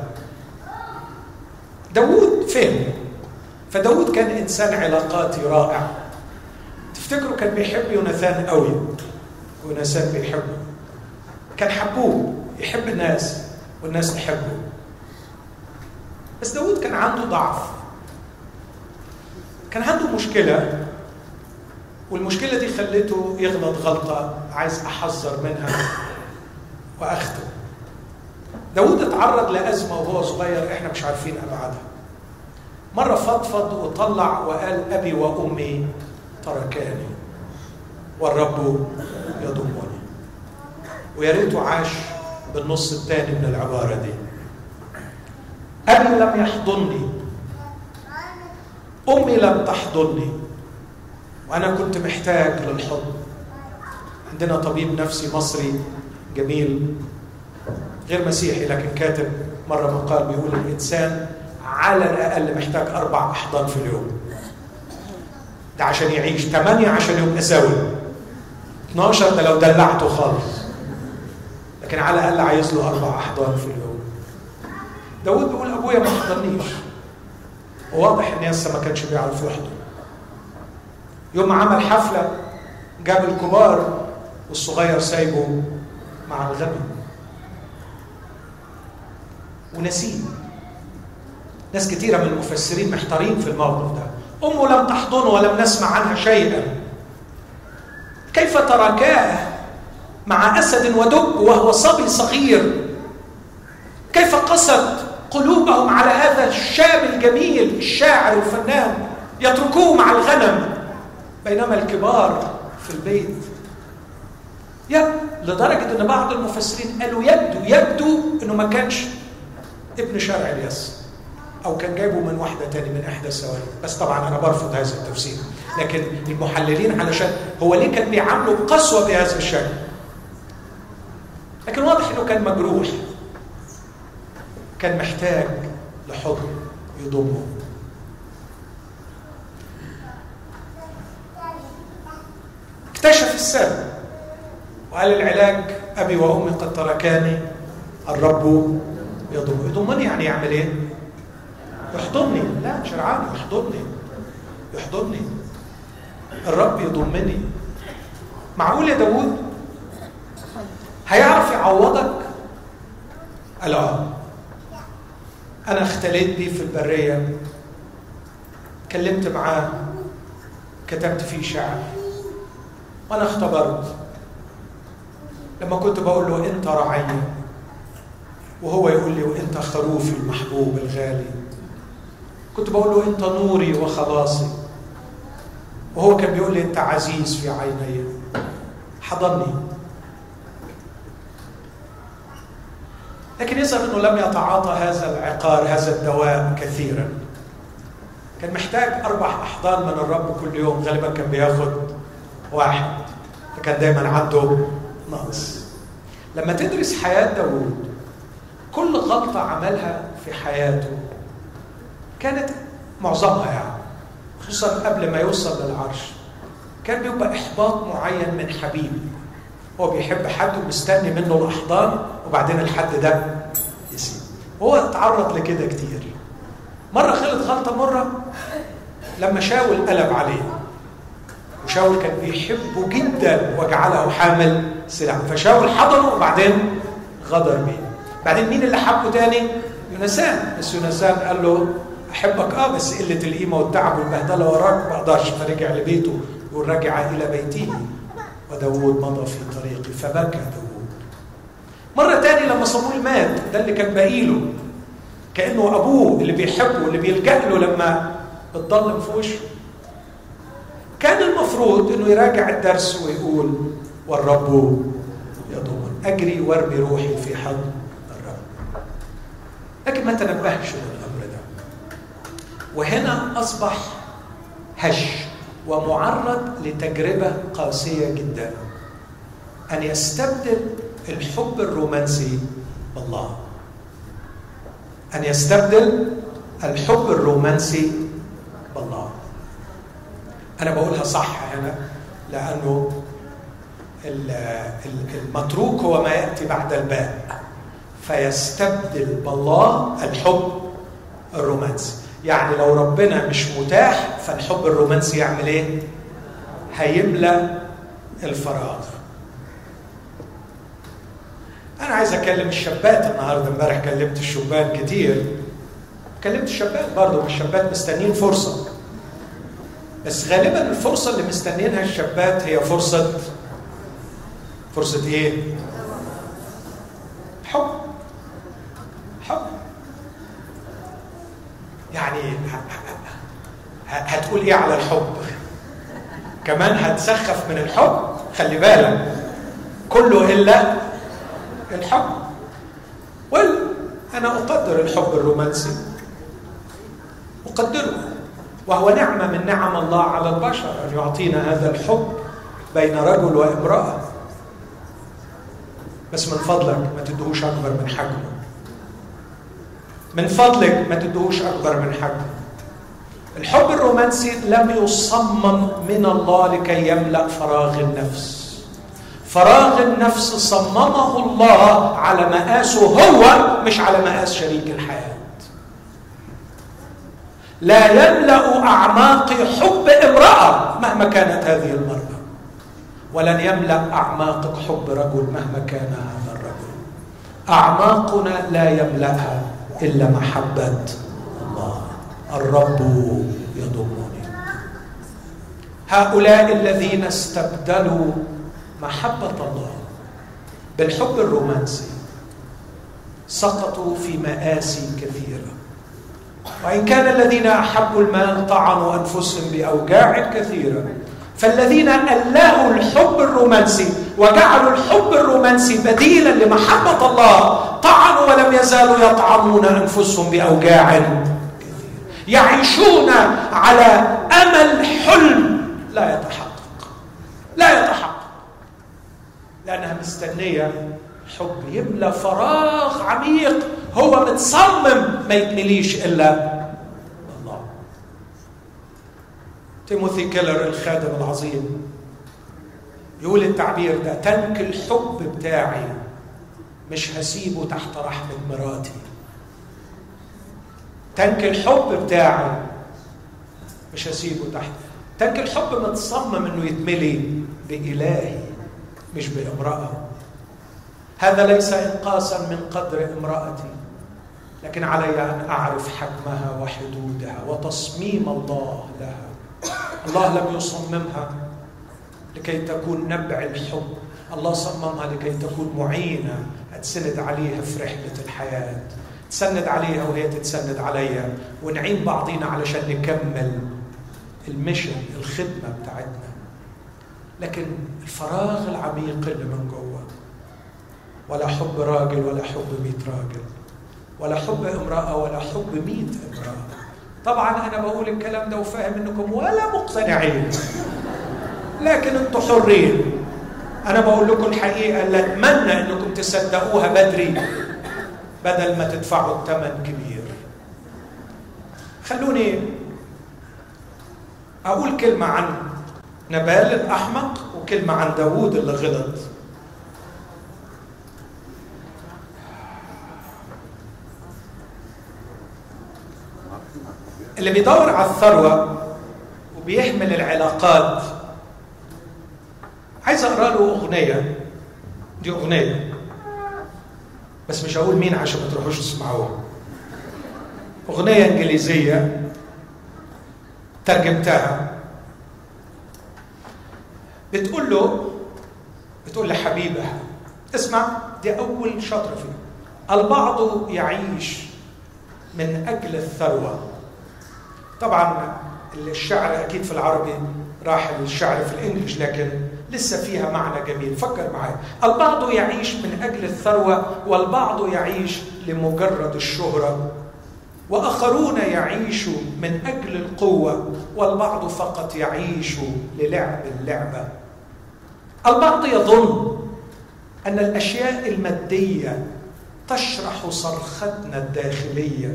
داود فهم. فداود كان إنسان علاقاتي رائع. تفتكروا كان بيحب يوناثان قوي، ويوناثان بيحبه، كان حبوه، يحب الناس والناس تحبه. بس داود كان عنده ضعف، كان عنده مشكلة، والمشكلة دي خلته يغلط غلطة عايز أحذر منها وأختم. داود اتعرض لأزمة وهو صغير احنا مش عارفين أبعادها. مرة فضفض وطلع وقال أبي وأمي تركاني والرب يضمني. ويا ريته عاش بالنص الثاني من العبارة دي. أبي لم يحضنني، أمي لم تحضنني، وأنا كنت محتاج للحضن. عندنا طبيب نفسي مصري جميل غير مسيحي لكن كاتب مرة مقال بيقول الإنسان على الأقل محتاج 4 أحضان في اليوم. ده عشان يعيش، 8 عشان يبقى سوي، 12 ده لو دلعته خالص، لكن على الأقل عايز له 4 أحضان في اليوم. داود بيقول أبويا ما حضنيش، وواضح إن يسا ما كانش بيعرف يحضن. يوم ما عمل حفلة جاب الكبار والصغير سايبه مع الغنم ونسيه. ناس كتيرة من المفسرين محتارين في الموقف ده. أمه لم تحضنه ولم نسمع عنها شيئا، كيف تركاه مع أسد ودب وهو صبي صغير؟ كيف قست قلوبهم على هذا الشاب الجميل الشاعر الفنان، يتركوه مع الغنم بينما الكبار في البيت؟ لدرجة أن بعض المفسرين قالوا يبدو أنه ما كانش ابن شرع الياس، أو كان جايبه من واحدة تاني من إحدى السواري. بس طبعا أنا برفض هذا التفسير، لكن المحللين علشان هو ليه كان بيعامله قسوة بهذا الشكل. لكن واضح أنه كان مجروح، كان محتاج لحضن يضمه. اكتشف السر وقال العلاج أبي وأمي قد تركاني الرب يضمني. يعني يعمل إيه؟ يحضنني. لا شرعان، يحضني الرب يضمني. معقول يا داود هيعرف يعوضك؟ لا، أنا اختليت بيه في البرية، كلمت معاه، كتبت فيه شعر، وأنا اختبرت لما كنت بقول له أنت رعي، وهو يقول لي وأنت خروفي المحبوب الغالي. كنت بقول له أنت نوري وخلاصي، وهو كان بيقول لي أنت عزيز في عيني. حضني. لكن يظهر أنه لم يتعاطى هذا العقار، هذا الدواء كثيرا. كان محتاج 4 أحضان من الرب كل يوم، غالبا كان بياخد 1، فكان دايما عنده نقص. لما تدرس حياة داود، كل غلطة عملها في حياته كانت معظمها يعني، خصوصا قبل ما يوصل للعرش، كان بيبقى إحباط معين من حبيب. هو بيحب حد ومستني منه الأحضان، وبعدين الحد ده يسيب. هو اتعرض لكده كتير. مرة غلط غلطة مرة لما شاول قلب عليه، وشاول كان بيحبه جدا وجعله حامل سلاح، فشاول حضنه وبعدين غدر بيه. بعدين مين اللي حبه تاني؟ يوناثان. بس يوناثان قال له احبك بس قله القيمه والتعب والبهدله وراك ما اقدرش. فرجع لبيته يقول رجع الى بيته وداود مضى في طريقي فبكى داود. مره تاني لما صمويل مات، ده اللي كان باقيله، كانه ابوه اللي بيحبه اللي بيلجأ له لما بتضلم في وشه، كان المفروض انه يراجع الدرس ويقول والرب يضمن، اجري وارمي روحي في حضن الرب. لكن ما تنبهش للامر ده، وهنا اصبح هش ومعرض لتجربه قاسيه جدا، ان يستبدل الحب الرومانسي بالله. ان يستبدل الحب الرومانسي بالله. انا بقولها صح هنا لانه المتروك هو ما ياتي بعد الباء، فيستبدل بالله الحب الرومانسي. يعني لو ربنا مش متاح فالحب الرومانسي يعمل ايه؟ هيملى الفراغ. انا عايز اكلم الشابات النهارده، امبارح كلمت الشبان كتير، كلمت الشابات برضه، الشابات مستنيين فرصه، بس غالبا الفرصه اللي مستنيينها الشابات هي فرصه ايه؟ حب. يعني هتقول ايه على الحب؟ كمان هتسخف من الحب؟ خلي بالك، كله الا الحب. انا اقدر الحب الرومانسي، اقدره، وهو نعمه من نعم الله على البشر ان يعطينا هذا الحب بين رجل وامراه. بس من فضلك ما تدهوش اكبر من حجمه، من فضلك ما تدهوش اكبر من حجمه. الحب الرومانسي لم يصمم من الله لكي يملأ فراغ النفس. فراغ النفس صممه الله على مقاسه هو، مش على مقاس شريك الحياة. لا يملأ أعماقي حب امرأة مهما كانت هذه المرأة، ولن يملأ أعماقك حب رجل مهما كان هذا الرجل. أعماقنا لا يملأها إلا محبة الله. الرب يضمني. هؤلاء الذين استبدلوا محبة الله بالحب الرومانسي سقطوا في مآسي كثيرة. وإن كان الذين أحبوا المال طعنوا أنفسهم بأوجاع كثيرة، فالذين ألهوا الحب الرومانسي وجعلوا الحب الرومانسي بديلا لمحبة الله طعنوا ولم يزالوا يطعنون أنفسهم بأوجاع كثيرة. يعيشون على أمل حلم لا يتحقق، لأنها مستنية حب يملى فراغ عميق هو متصمم ما يتمليش إلا الله. تيموثي كيلر الخادم العظيم يقول التعبير ده: تنك الحب بتاعي مش هسيبه تحت رحمة مراتي. تنك الحب بتاعي مش هسيبه تحت. تنك الحب متصمم انه يتملي بإلهي مش بامرأة. هذا ليس إنقاصا من قدر امرأتي، لكن علي أن أعرف حجمها وحدودها وتصميم الله لها. الله لم يصممها لكي تكون نبع الحب، الله صممها لكي تكون معينة أتسند عليها في رحلة الحياة، تسند عليها وهي تتسند عليها، ونعين بعضينا علشان نكمل المشن الخدمة بتاعتنا. لكن الفراغ العميق اللي من جوه، ولا حب راجل ولا حب 100 راجل، ولا حب امرأة ولا حب 100 امرأة. طبعا أنا بقول الكلام ده وفاهم إنكم ولا مقتنعين، لكن أنتم حرين. أنا بقول لكم الحقيقة اللي أتمنى إنكم تصدقوها بدري بدل ما تدفعوا الثمن كبير. خلوني أقول كلمة عن نبال الأحمق وكلمة عن داوود اللي غلط. اللي بيدور على الثروة وبيحمل العلاقات، عايز أقرأ له أغنية. دي أغنية بس مش هقول مين عشان ما تروحوش تسمعوها. أغنية إنجليزية ترجمتها، بتقول لحبيبها، اسمع دي أول شطر فيه: البعض يعيش من أجل الثروة. طبعا الشعر أكيد في العربي راح للشعر في الإنجليش، لكن لسه فيها معنى جميل. فكر معي: البعض يعيش من أجل الثروة، والبعض يعيش لمجرد الشهرة، وآخرون يعيشوا من أجل القوة، والبعض فقط يعيش للعب اللعبة. البعض يظن أن الأشياء المادية تشرح صرختنا الداخلية.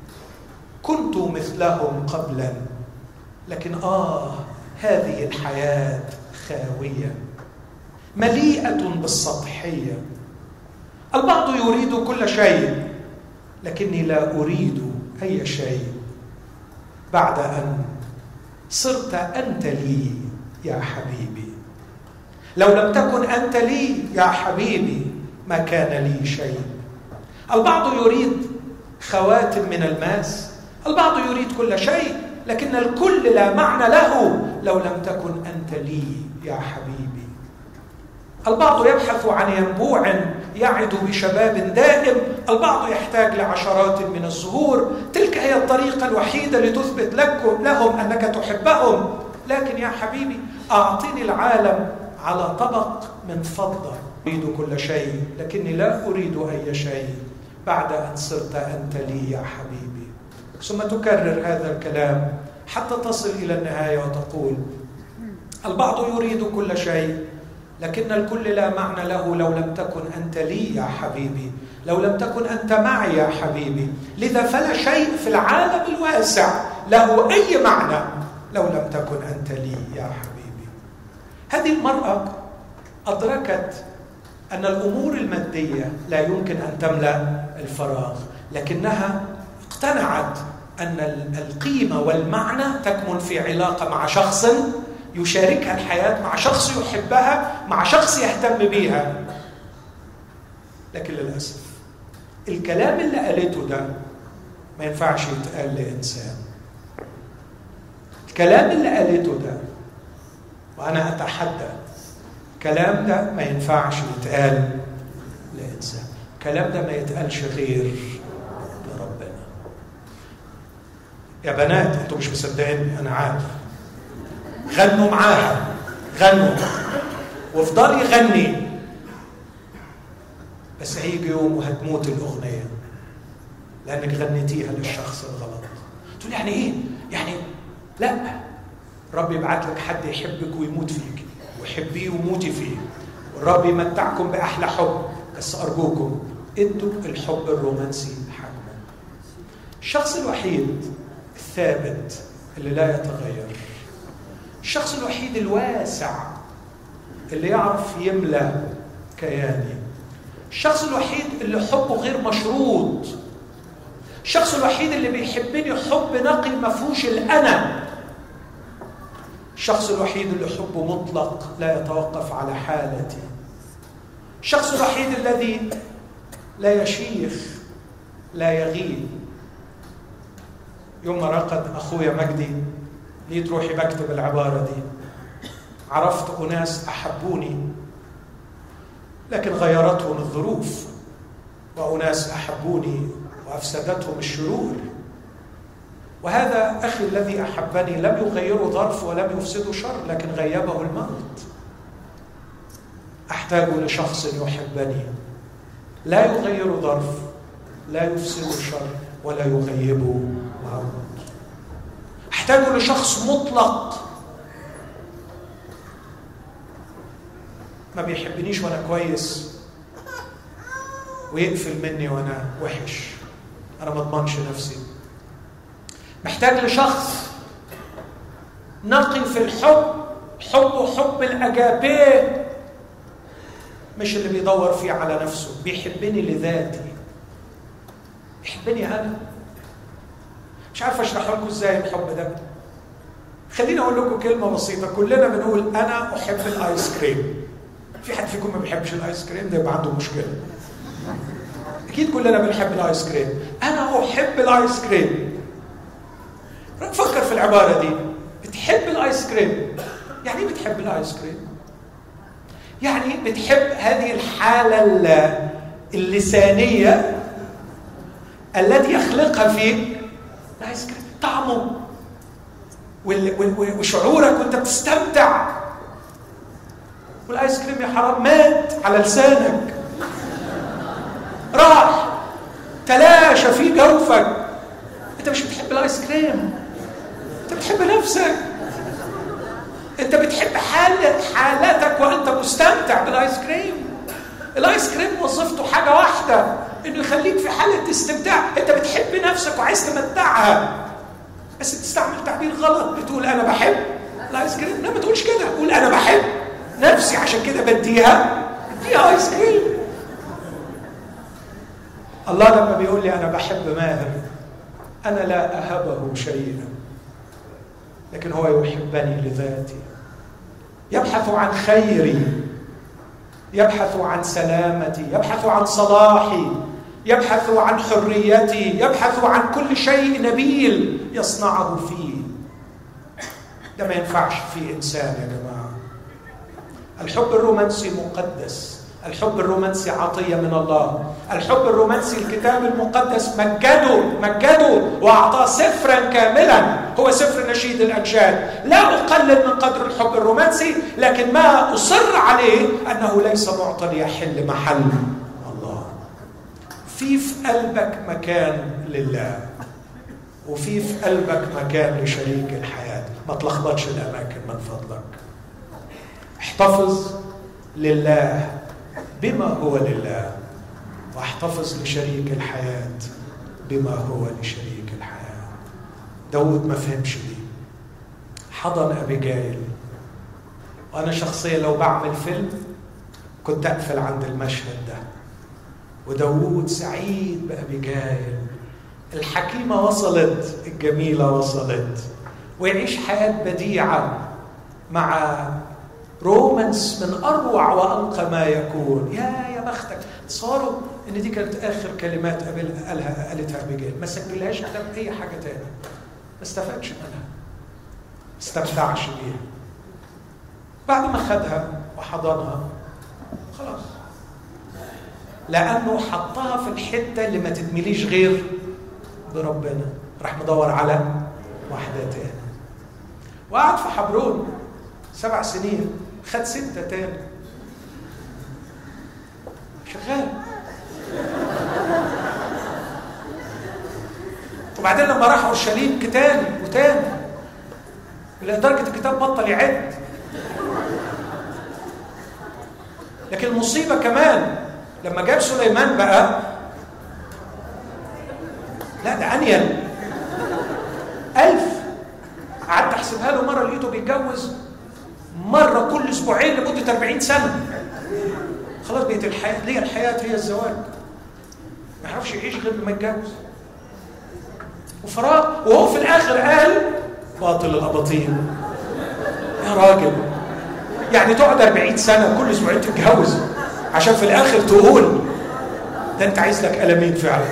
كنت مثلهم قبلا، لكن هذه الحياة خاوية مليئة بالسطحية. البعض يريد كل شيء، لكني لا أريد أي شيء بعد أن صرت أنت لي يا حبيبي. لو لم تكن أنت لي يا حبيبي ما كان لي شيء. البعض يريد خواتم من الماس، البعض يريد كل شيء، لكن الكل لا معنى له لو لم تكن أنت لي يا حبيبي. البعض يبحث عن ينبوع يعد بشباب دائم، البعض يحتاج لعشرات من الزهور. تلك هي الطريقة الوحيدة لتثبت لهم أنك تحبهم. لكن يا حبيبي أعطني العالم على طبق من فضة. أريد كل شيء، لكني لا أريد أي شيء بعد أن صرت أنت لي يا حبيبي. ثم تكرر هذا الكلام حتى تصل إلى النهاية وتقول: البعض يريد كل شيء، لكن الكل لا معنى له لو لم تكن أنت لي يا حبيبي، لو لم تكن أنت معي يا حبيبي. لذا فلا شيء في العالم الواسع له أي معنى لو لم تكن أنت لي يا حبيبي. هذه المرأة أدركت أن الأمور المادية لا يمكن أن تملأ الفراغ، لكنها اقتنعت أن القيمة والمعنى تكمن في علاقة مع شخص يشاركها الحياة، مع شخص يحبها، مع شخص يهتم بيها. لكن للأسف الكلام اللي قالته ده ما ينفعش يتقال لإنسان. الكلام اللي قالته ده، وأنا أتحدى، الكلام ده ما ينفعش يتقال لإنسان. الكلام ده ما يتقالش غير لربنا. يا بنات انتوا مش مصدقيني، أنا عارف. غنوا معاها، غنوا وافضلي غني، بس هيجي يوم وهتموت الأغنية لأنك غنيتيها للشخص الغلط. تقول يعني إيه؟ يعني لا، رب يبعت لك حد يحبك ويموت فيك، وحبيه وموتي فيه، والرب يمتعكم بأحلى حب، بس أرجوكم ادوا الحب الرومانسي حجمه. الشخص الوحيد الثابت اللي لا يتغير، الشخص الوحيد الواسع اللي يعرف يملأ كياني، الشخص الوحيد اللي حبه غير مشروط، الشخص الوحيد اللي بيحبني حب نقي ما فيهوش الأنا، الشخص الوحيد اللي حبه مطلق لا يتوقف على حالتي، الشخص الوحيد الذي لا يشيخ لا يغيب. يوم ما رقد أخويا مجدي لقيت روحي بكتب العبارة دي: عرفت أناس أحبوني لكن غيرتهم الظروف، وأناس أحبوني وأفسدتهم الشرور. وهذا أخي الذي أحبني لم يغيره ظرف ولم يفسده شر، لكن غيبه الموت. أحتاج لشخص يحبني لا يغير ظرف، لا يفسد شر، ولا يغيبه موت. أحتاج لشخص مطلق ما بيحبنيش وأنا كويس ويقفل مني وأنا وحش، أنا ما اضمنش نفسي. محتاج لشخص نقي في الحب، حب الأجابيه، مش اللي بيدور فيه على نفسه، بيحبني لذاتي، بيحبني أنا. مش عارف أشرح لكم إزاي الحب ده. خليني أقول لكم كلمة بسيطة. كلنا بنقول أنا أحب الآيس كريم. في حد فيكم ما بيحبش الآيس كريم؟ ده يبقى عنده مشكلة. أكيد كلنا بنحب الآيس كريم. أنا أحب الآيس كريم. فكر في العبارة دي، بتحب الآيس كريم. يعني إيه بتحب الآيس كريم؟ يعني بتحب هذه الحالة اللسانية التي يخلقها فيك الآيس كريم، طعمه وشعورك وانت بتستمتع. والآيس كريم يا حرام مات على لسانك، راح تلاشى في جوفك. انت مش بتحب الآيس كريم، انت بتحب نفسك. انت بتحب حالتك وانت مستمتع بالايس كريم. الايس كريم وظيفته حاجه واحده، انه يخليك في حاله استمتاع. انت بتحب نفسك وعايز تمتعها، بس بتستعمل تعبير غلط، بتقول انا بحب الايس كريم. لا، ما تقولش كده، قول انا بحب نفسي عشان كده بديها ايس كريم. الله لما بيقول لي انا بحب ماهر، انا لا اهبه شيئا، لكن هو يحبني لذاتي، يبحث عن خيري، يبحث عن سلامتي، يبحث عن صلاحي، يبحث عن حريتي، يبحث عن كل شيء نبيل يصنعه فيه. ده ما ينفعش في إنسان يا جماعة. الحب الرومانسي مقدس، الحب الرومانسي عطية من الله. الحب الرومانسي الكتاب المقدس مجده وأعطاه سفرا كاملا، هو سفر نشيد الأنشاد. لا أقلل من قدر الحب الرومانسي، لكن ما أصر عليه أنه ليس معطى ليحل محل الله. في قلبك مكان لله، وفي قلبك مكان لشريك الحياة. ما تلخبطش الأماكن من فضلك. احتفظ لله بما هو لله، واحتفظ لشريك الحياة بما هو لشريك الحياة. داود ما فهمش دي، حضن أبيجايل. وأنا شخصيا لو بعمل فيلم كنت أقفل عند المشهد ده. وداود سعيد بأبيجايل، الحكيمة وصلت، الجميلة وصلت، ويعيش حياة بديعة مع رومانس من أروع وأنقى ما يكون. يا بختك. تصوروا إن دي كانت آخر كلمات قالتها أبيجايل، ما سجلهاش كتاب أي حاجة تاني، ما استفادش منها، ما استمتعش بيها. بعد ما خدها وحضنها خلاص، لأنه حطها في الحتة اللي ما تتمليش غير بربنا، راح مدور على واحدة تاني. وقعد في حبرون 7 سنين، خد 6 تاني، شغال. وبعدين لما راح اورشليم تاني وتاني، لدرجة الكتاب بطل يعد. لكن المصيبة كمان لما جاب سليمان بقى، لا ده أنيل 1000. قعدت أحسبها له مرة، لقيته بيتجوز مرة كل أسبوعين لمدة 40 سنة. خلاص بقت الحياة، ليه الحياة هي الزواج، ما يعرفش يعيش غير لما يتجوز. وفراغ، وهو في الآخر قال باطل الأباطيل. يا راجل، يعني تقعد 40 سنة كل أسبوعين تتجوز عشان في الآخر تقول ده أنت عايز لك ألمين فعلا.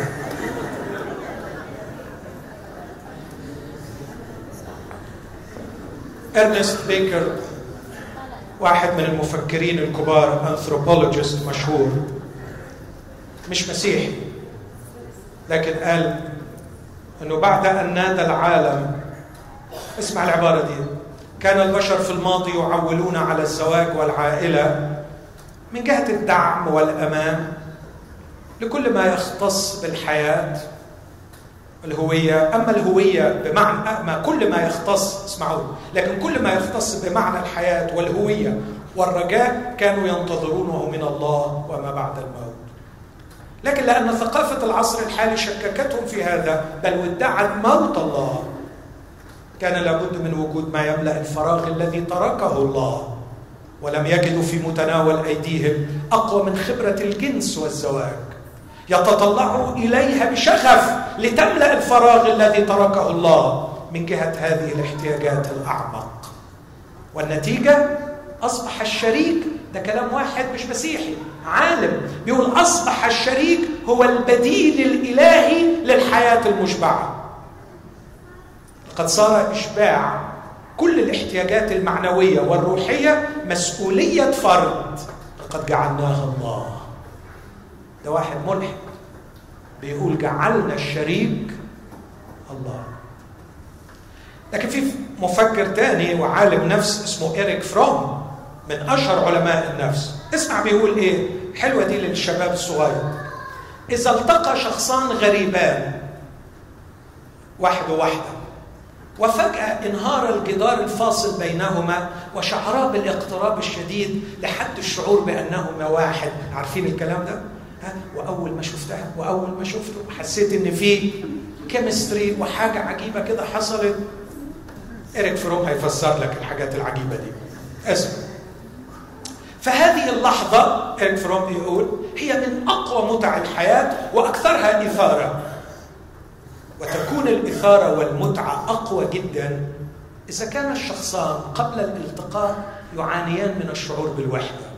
إرنست بيكر، واحد من المفكرين الكبار، أنثروبولوجيست مشهور، مش مسيحي، لكن قال أنه بعد أن نادى العالم، اسمع العبارة دي، كان البشر في الماضي يعولون على الزواج والعائلة من جهة الدعم والأمان لكل ما يختص بالحياة الهوية. أما الهوية بمعنى كل ما يختص، اسمعوا، لكن كل ما يختص بمعنى الحياة والهوية والرجاء كانوا ينتظرونه من الله وما بعد الموت. لكن لأن ثقافة العصر الحالي شككتهم في هذا، بل وادعت موت الله، كان لابد من وجود ما يملأ الفراغ الذي تركه الله، ولم يجدوا في متناول أيديهم أقوى من خبرة الجنس والزواج، يتطلعوا إليها بشغف لتملأ الفراغ الذي تركه الله من جهة هذه الاحتياجات الأعمق. والنتيجة أصبح الشريك، ده كلام واحد مش مسيحي، عالم بيقول أصبح الشريك هو البديل الإلهي للحياة المشبعة. لقد صار إشباع كل الاحتياجات المعنوية والروحية مسؤولية فرد لقد جعلناها الله. ده واحد ملحد بيقول جعلنا الشريك الله. لكن في مفكر تاني وعالم نفس اسمه إريك فروم من أشهر علماء النفس. اسمع بيقول إيه، حلوة دي للشباب الصغير. إذا التقى شخصان غريبان، واحد وواحدة، وفجأة انهار الجدار الفاصل بينهما وشعرا بالاقتراب الشديد لحد الشعور بأنهما واحد. عارفين الكلام ده؟ وأول ما شفتها وأول ما شفته حسيت إن في كيمستري وحاجة عجيبة كده حصلت. إريك فروم هيفسر لك الحاجات العجيبة دي. اسمع. فهذه اللحظة إريك فروم يقول هي من أقوى متع الحياة وأكثرها إثارة. وتكون الإثارة والمتعة أقوى جدا إذا كان الشخصان قبل الالتقاء يعانيان من الشعور بالوحدة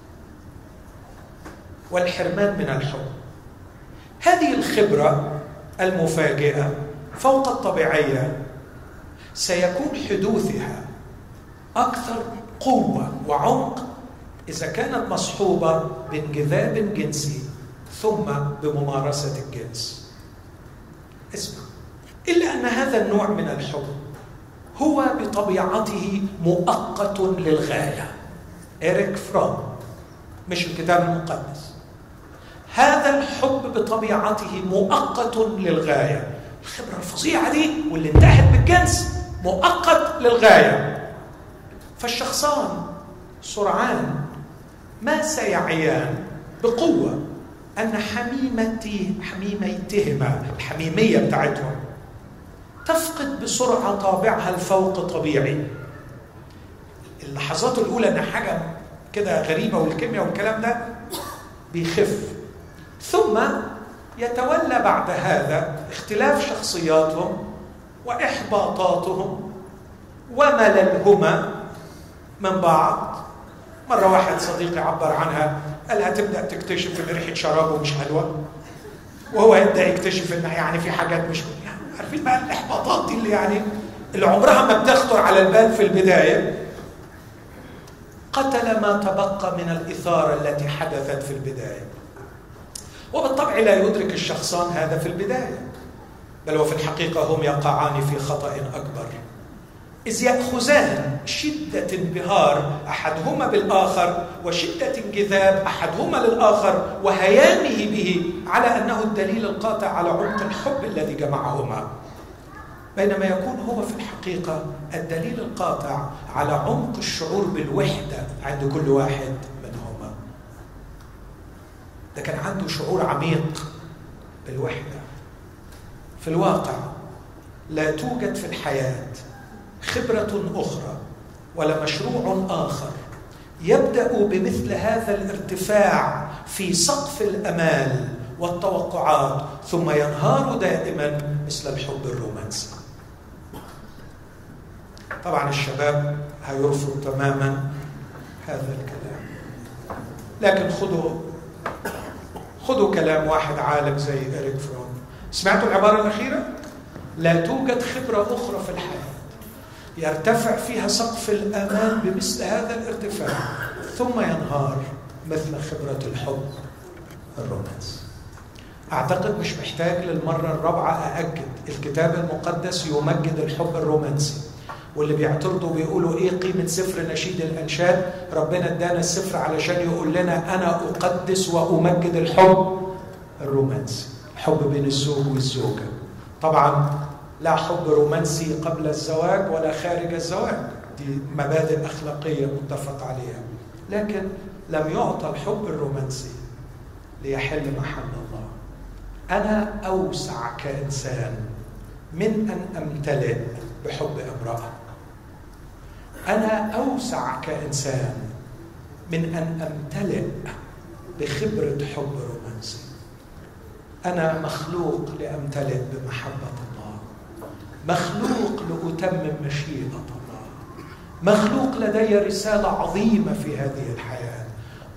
والحرمان من الحب. هذه الخبرة المفاجئة فوق الطبيعية سيكون حدوثها أكثر قوة وعمق إذا كانت مصحوبة بانجذاب جنسي ثم بممارسة الجنس. اسمع، إلا أن هذا النوع من الحب هو بطبيعته مؤقت للغاية. إريك فروم، مش الكتاب المقدس. هذا الحب بطبيعته مؤقت للغاية. الخبرة الفظيعة دي واللي انتهت بالجنس مؤقت للغاية. فالشخصان سرعان ما سيعيان بقوة أن حميميتهما الحميمية بتاعتهم تفقد بسرعة طابعها الفوق طبيعي. اللحظات الأولى أن حاجة كده غريبة والكيمياء والكلام ده بيخف، ثم يتولى بعد هذا اختلاف شخصياتهم وإحباطاتهم ومللهما من بعض. مرة واحد صديقي عبر عنها، قال هتبدأ تكتشف ان ريحة شرابه مش حلوة، وهو يبدأ يكتشف ان يعني في حاجات مش يعني عارفين بقى الإحباطات دي اللي عمرها ما بتخطر على البال في البداية. قتل ما تبقى من الإثارة التي حدثت في البداية. وبالطبع لا يدرك الشخصان هذا في البداية، بل وفي الحقيقة هم يقعان في خطأ أكبر، إذ يأخذان شدة انبهار أحدهما بالآخر وشدة انجذاب أحدهما للآخر وهيامه به على أنه الدليل القاطع على عمق الحب الذي جمعهما، بينما يكون هو في الحقيقة الدليل القاطع على عمق الشعور بالوحدة عند كل واحد منهما. ده كان عنده شعور عميق بالوحدة. في الواقع لا توجد في الحياة خبرة أخرى ولا مشروع آخر يبدأ بمثل هذا الارتفاع في سقف الأمال والتوقعات ثم ينهار دائما مثل الحب الرومانسي. طبعا الشباب هيرفض تماما هذا الكلام، لكن خذوا كلام واحد عالم زي إريك فروم. سمعتوا العبارة الأخيرة؟ لا توجد خبرة أخرى في الحياة يرتفع فيها سقف الأمان بمثل هذا الارتفاع ثم ينهار مثل خبرة الحب الرومانسي. أعتقد مش محتاج للمرة الرابعة أأكد، الكتاب المقدس يمجد الحب الرومانسي. واللي بيعترضوا بيقولوا إيه قيمة سفر نشيد الأنشاد؟ ربنا ادانا السفر علشان يقول لنا أنا أقدس وأمجد الحب الرومانسي، الحب بين الزوج والزوجة. طبعا لا حب رومانسي قبل الزواج ولا خارج الزواج، دي مبادئ أخلاقية متفق عليها، لكن لم يعطى الحب الرومانسي ليحل محل الله. أنا أوسع كإنسان من أن أمتلئ بحب امرأة. أنا أوسع كإنسان من أن أمتلئ بخبرة حب رومانسي. أنا مخلوق لأمتلئ بمحبة الله، مخلوق لأتمم مشيئة الله، مخلوق لدي رسالة عظيمة في هذه الحياة،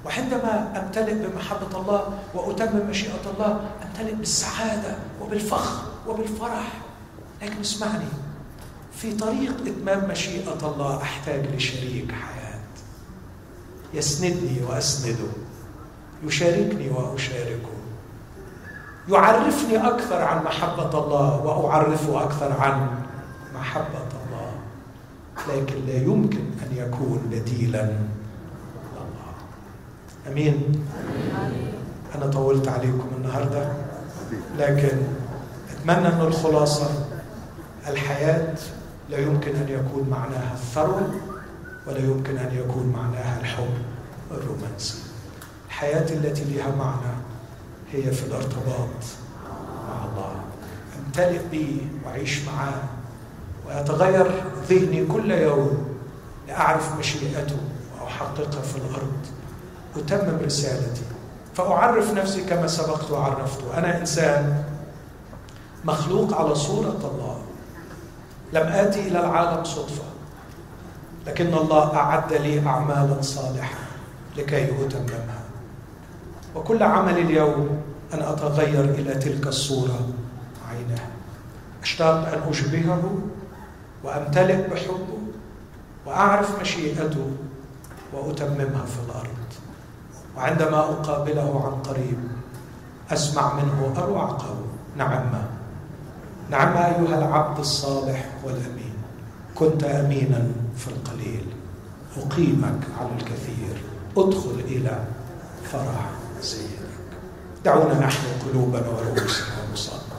وعندما أمتلئ بمحبة الله وأتمم مشيئة الله أمتلئ بالسعادة وبالفخر وبالفرح. لكن اسمعني، في طريق إتمام مشيئة الله أحتاج لشريك حياة يسندني وأسنده، يشاركني وأشاركه، يعرفني أكثر عن محبة الله وأعرفه أكثر عن محبة الله. لكن لا يمكن أن يكون بديلا لله. أمين؟ أنا طولت عليكم النهاردة، لكن أتمنى أن الخلاصة الحياة لا يمكن أن يكون معناها الثروة، ولا يمكن أن يكون معناها الحب الرومانسي. الحياة التي لها معنى هي في الارتباط مع الله، أمتلئ به وأعيش معاه، ويتغير ذهني كل يوم لأعرف مشيئته وأحققها في الأرض، أتمم رسالتي، فأعرف نفسي كما سبقت وعرفت. أنا إنسان مخلوق على صورة الله، لم آتي إلى العالم صدفة، لكن الله أعد لي أعمالا صالحة لكي أتممها. وكل عمل اليوم أن أتغير إلى تلك الصورة عينها، أشتاق أن أشبهه وأمتلئ بحبه وأعرف مشيئته وأتممها في الأرض. وعندما أقابله عن قريب أسمع منه أروع قول: نعم نعم أيها العبد الصالح والأمين، كنت أمينا في القليل، أقيمك على الكثير، ادخل إلى فرح سيدك. دعونا نحن قلوبنا ورؤوسنا ونصلي.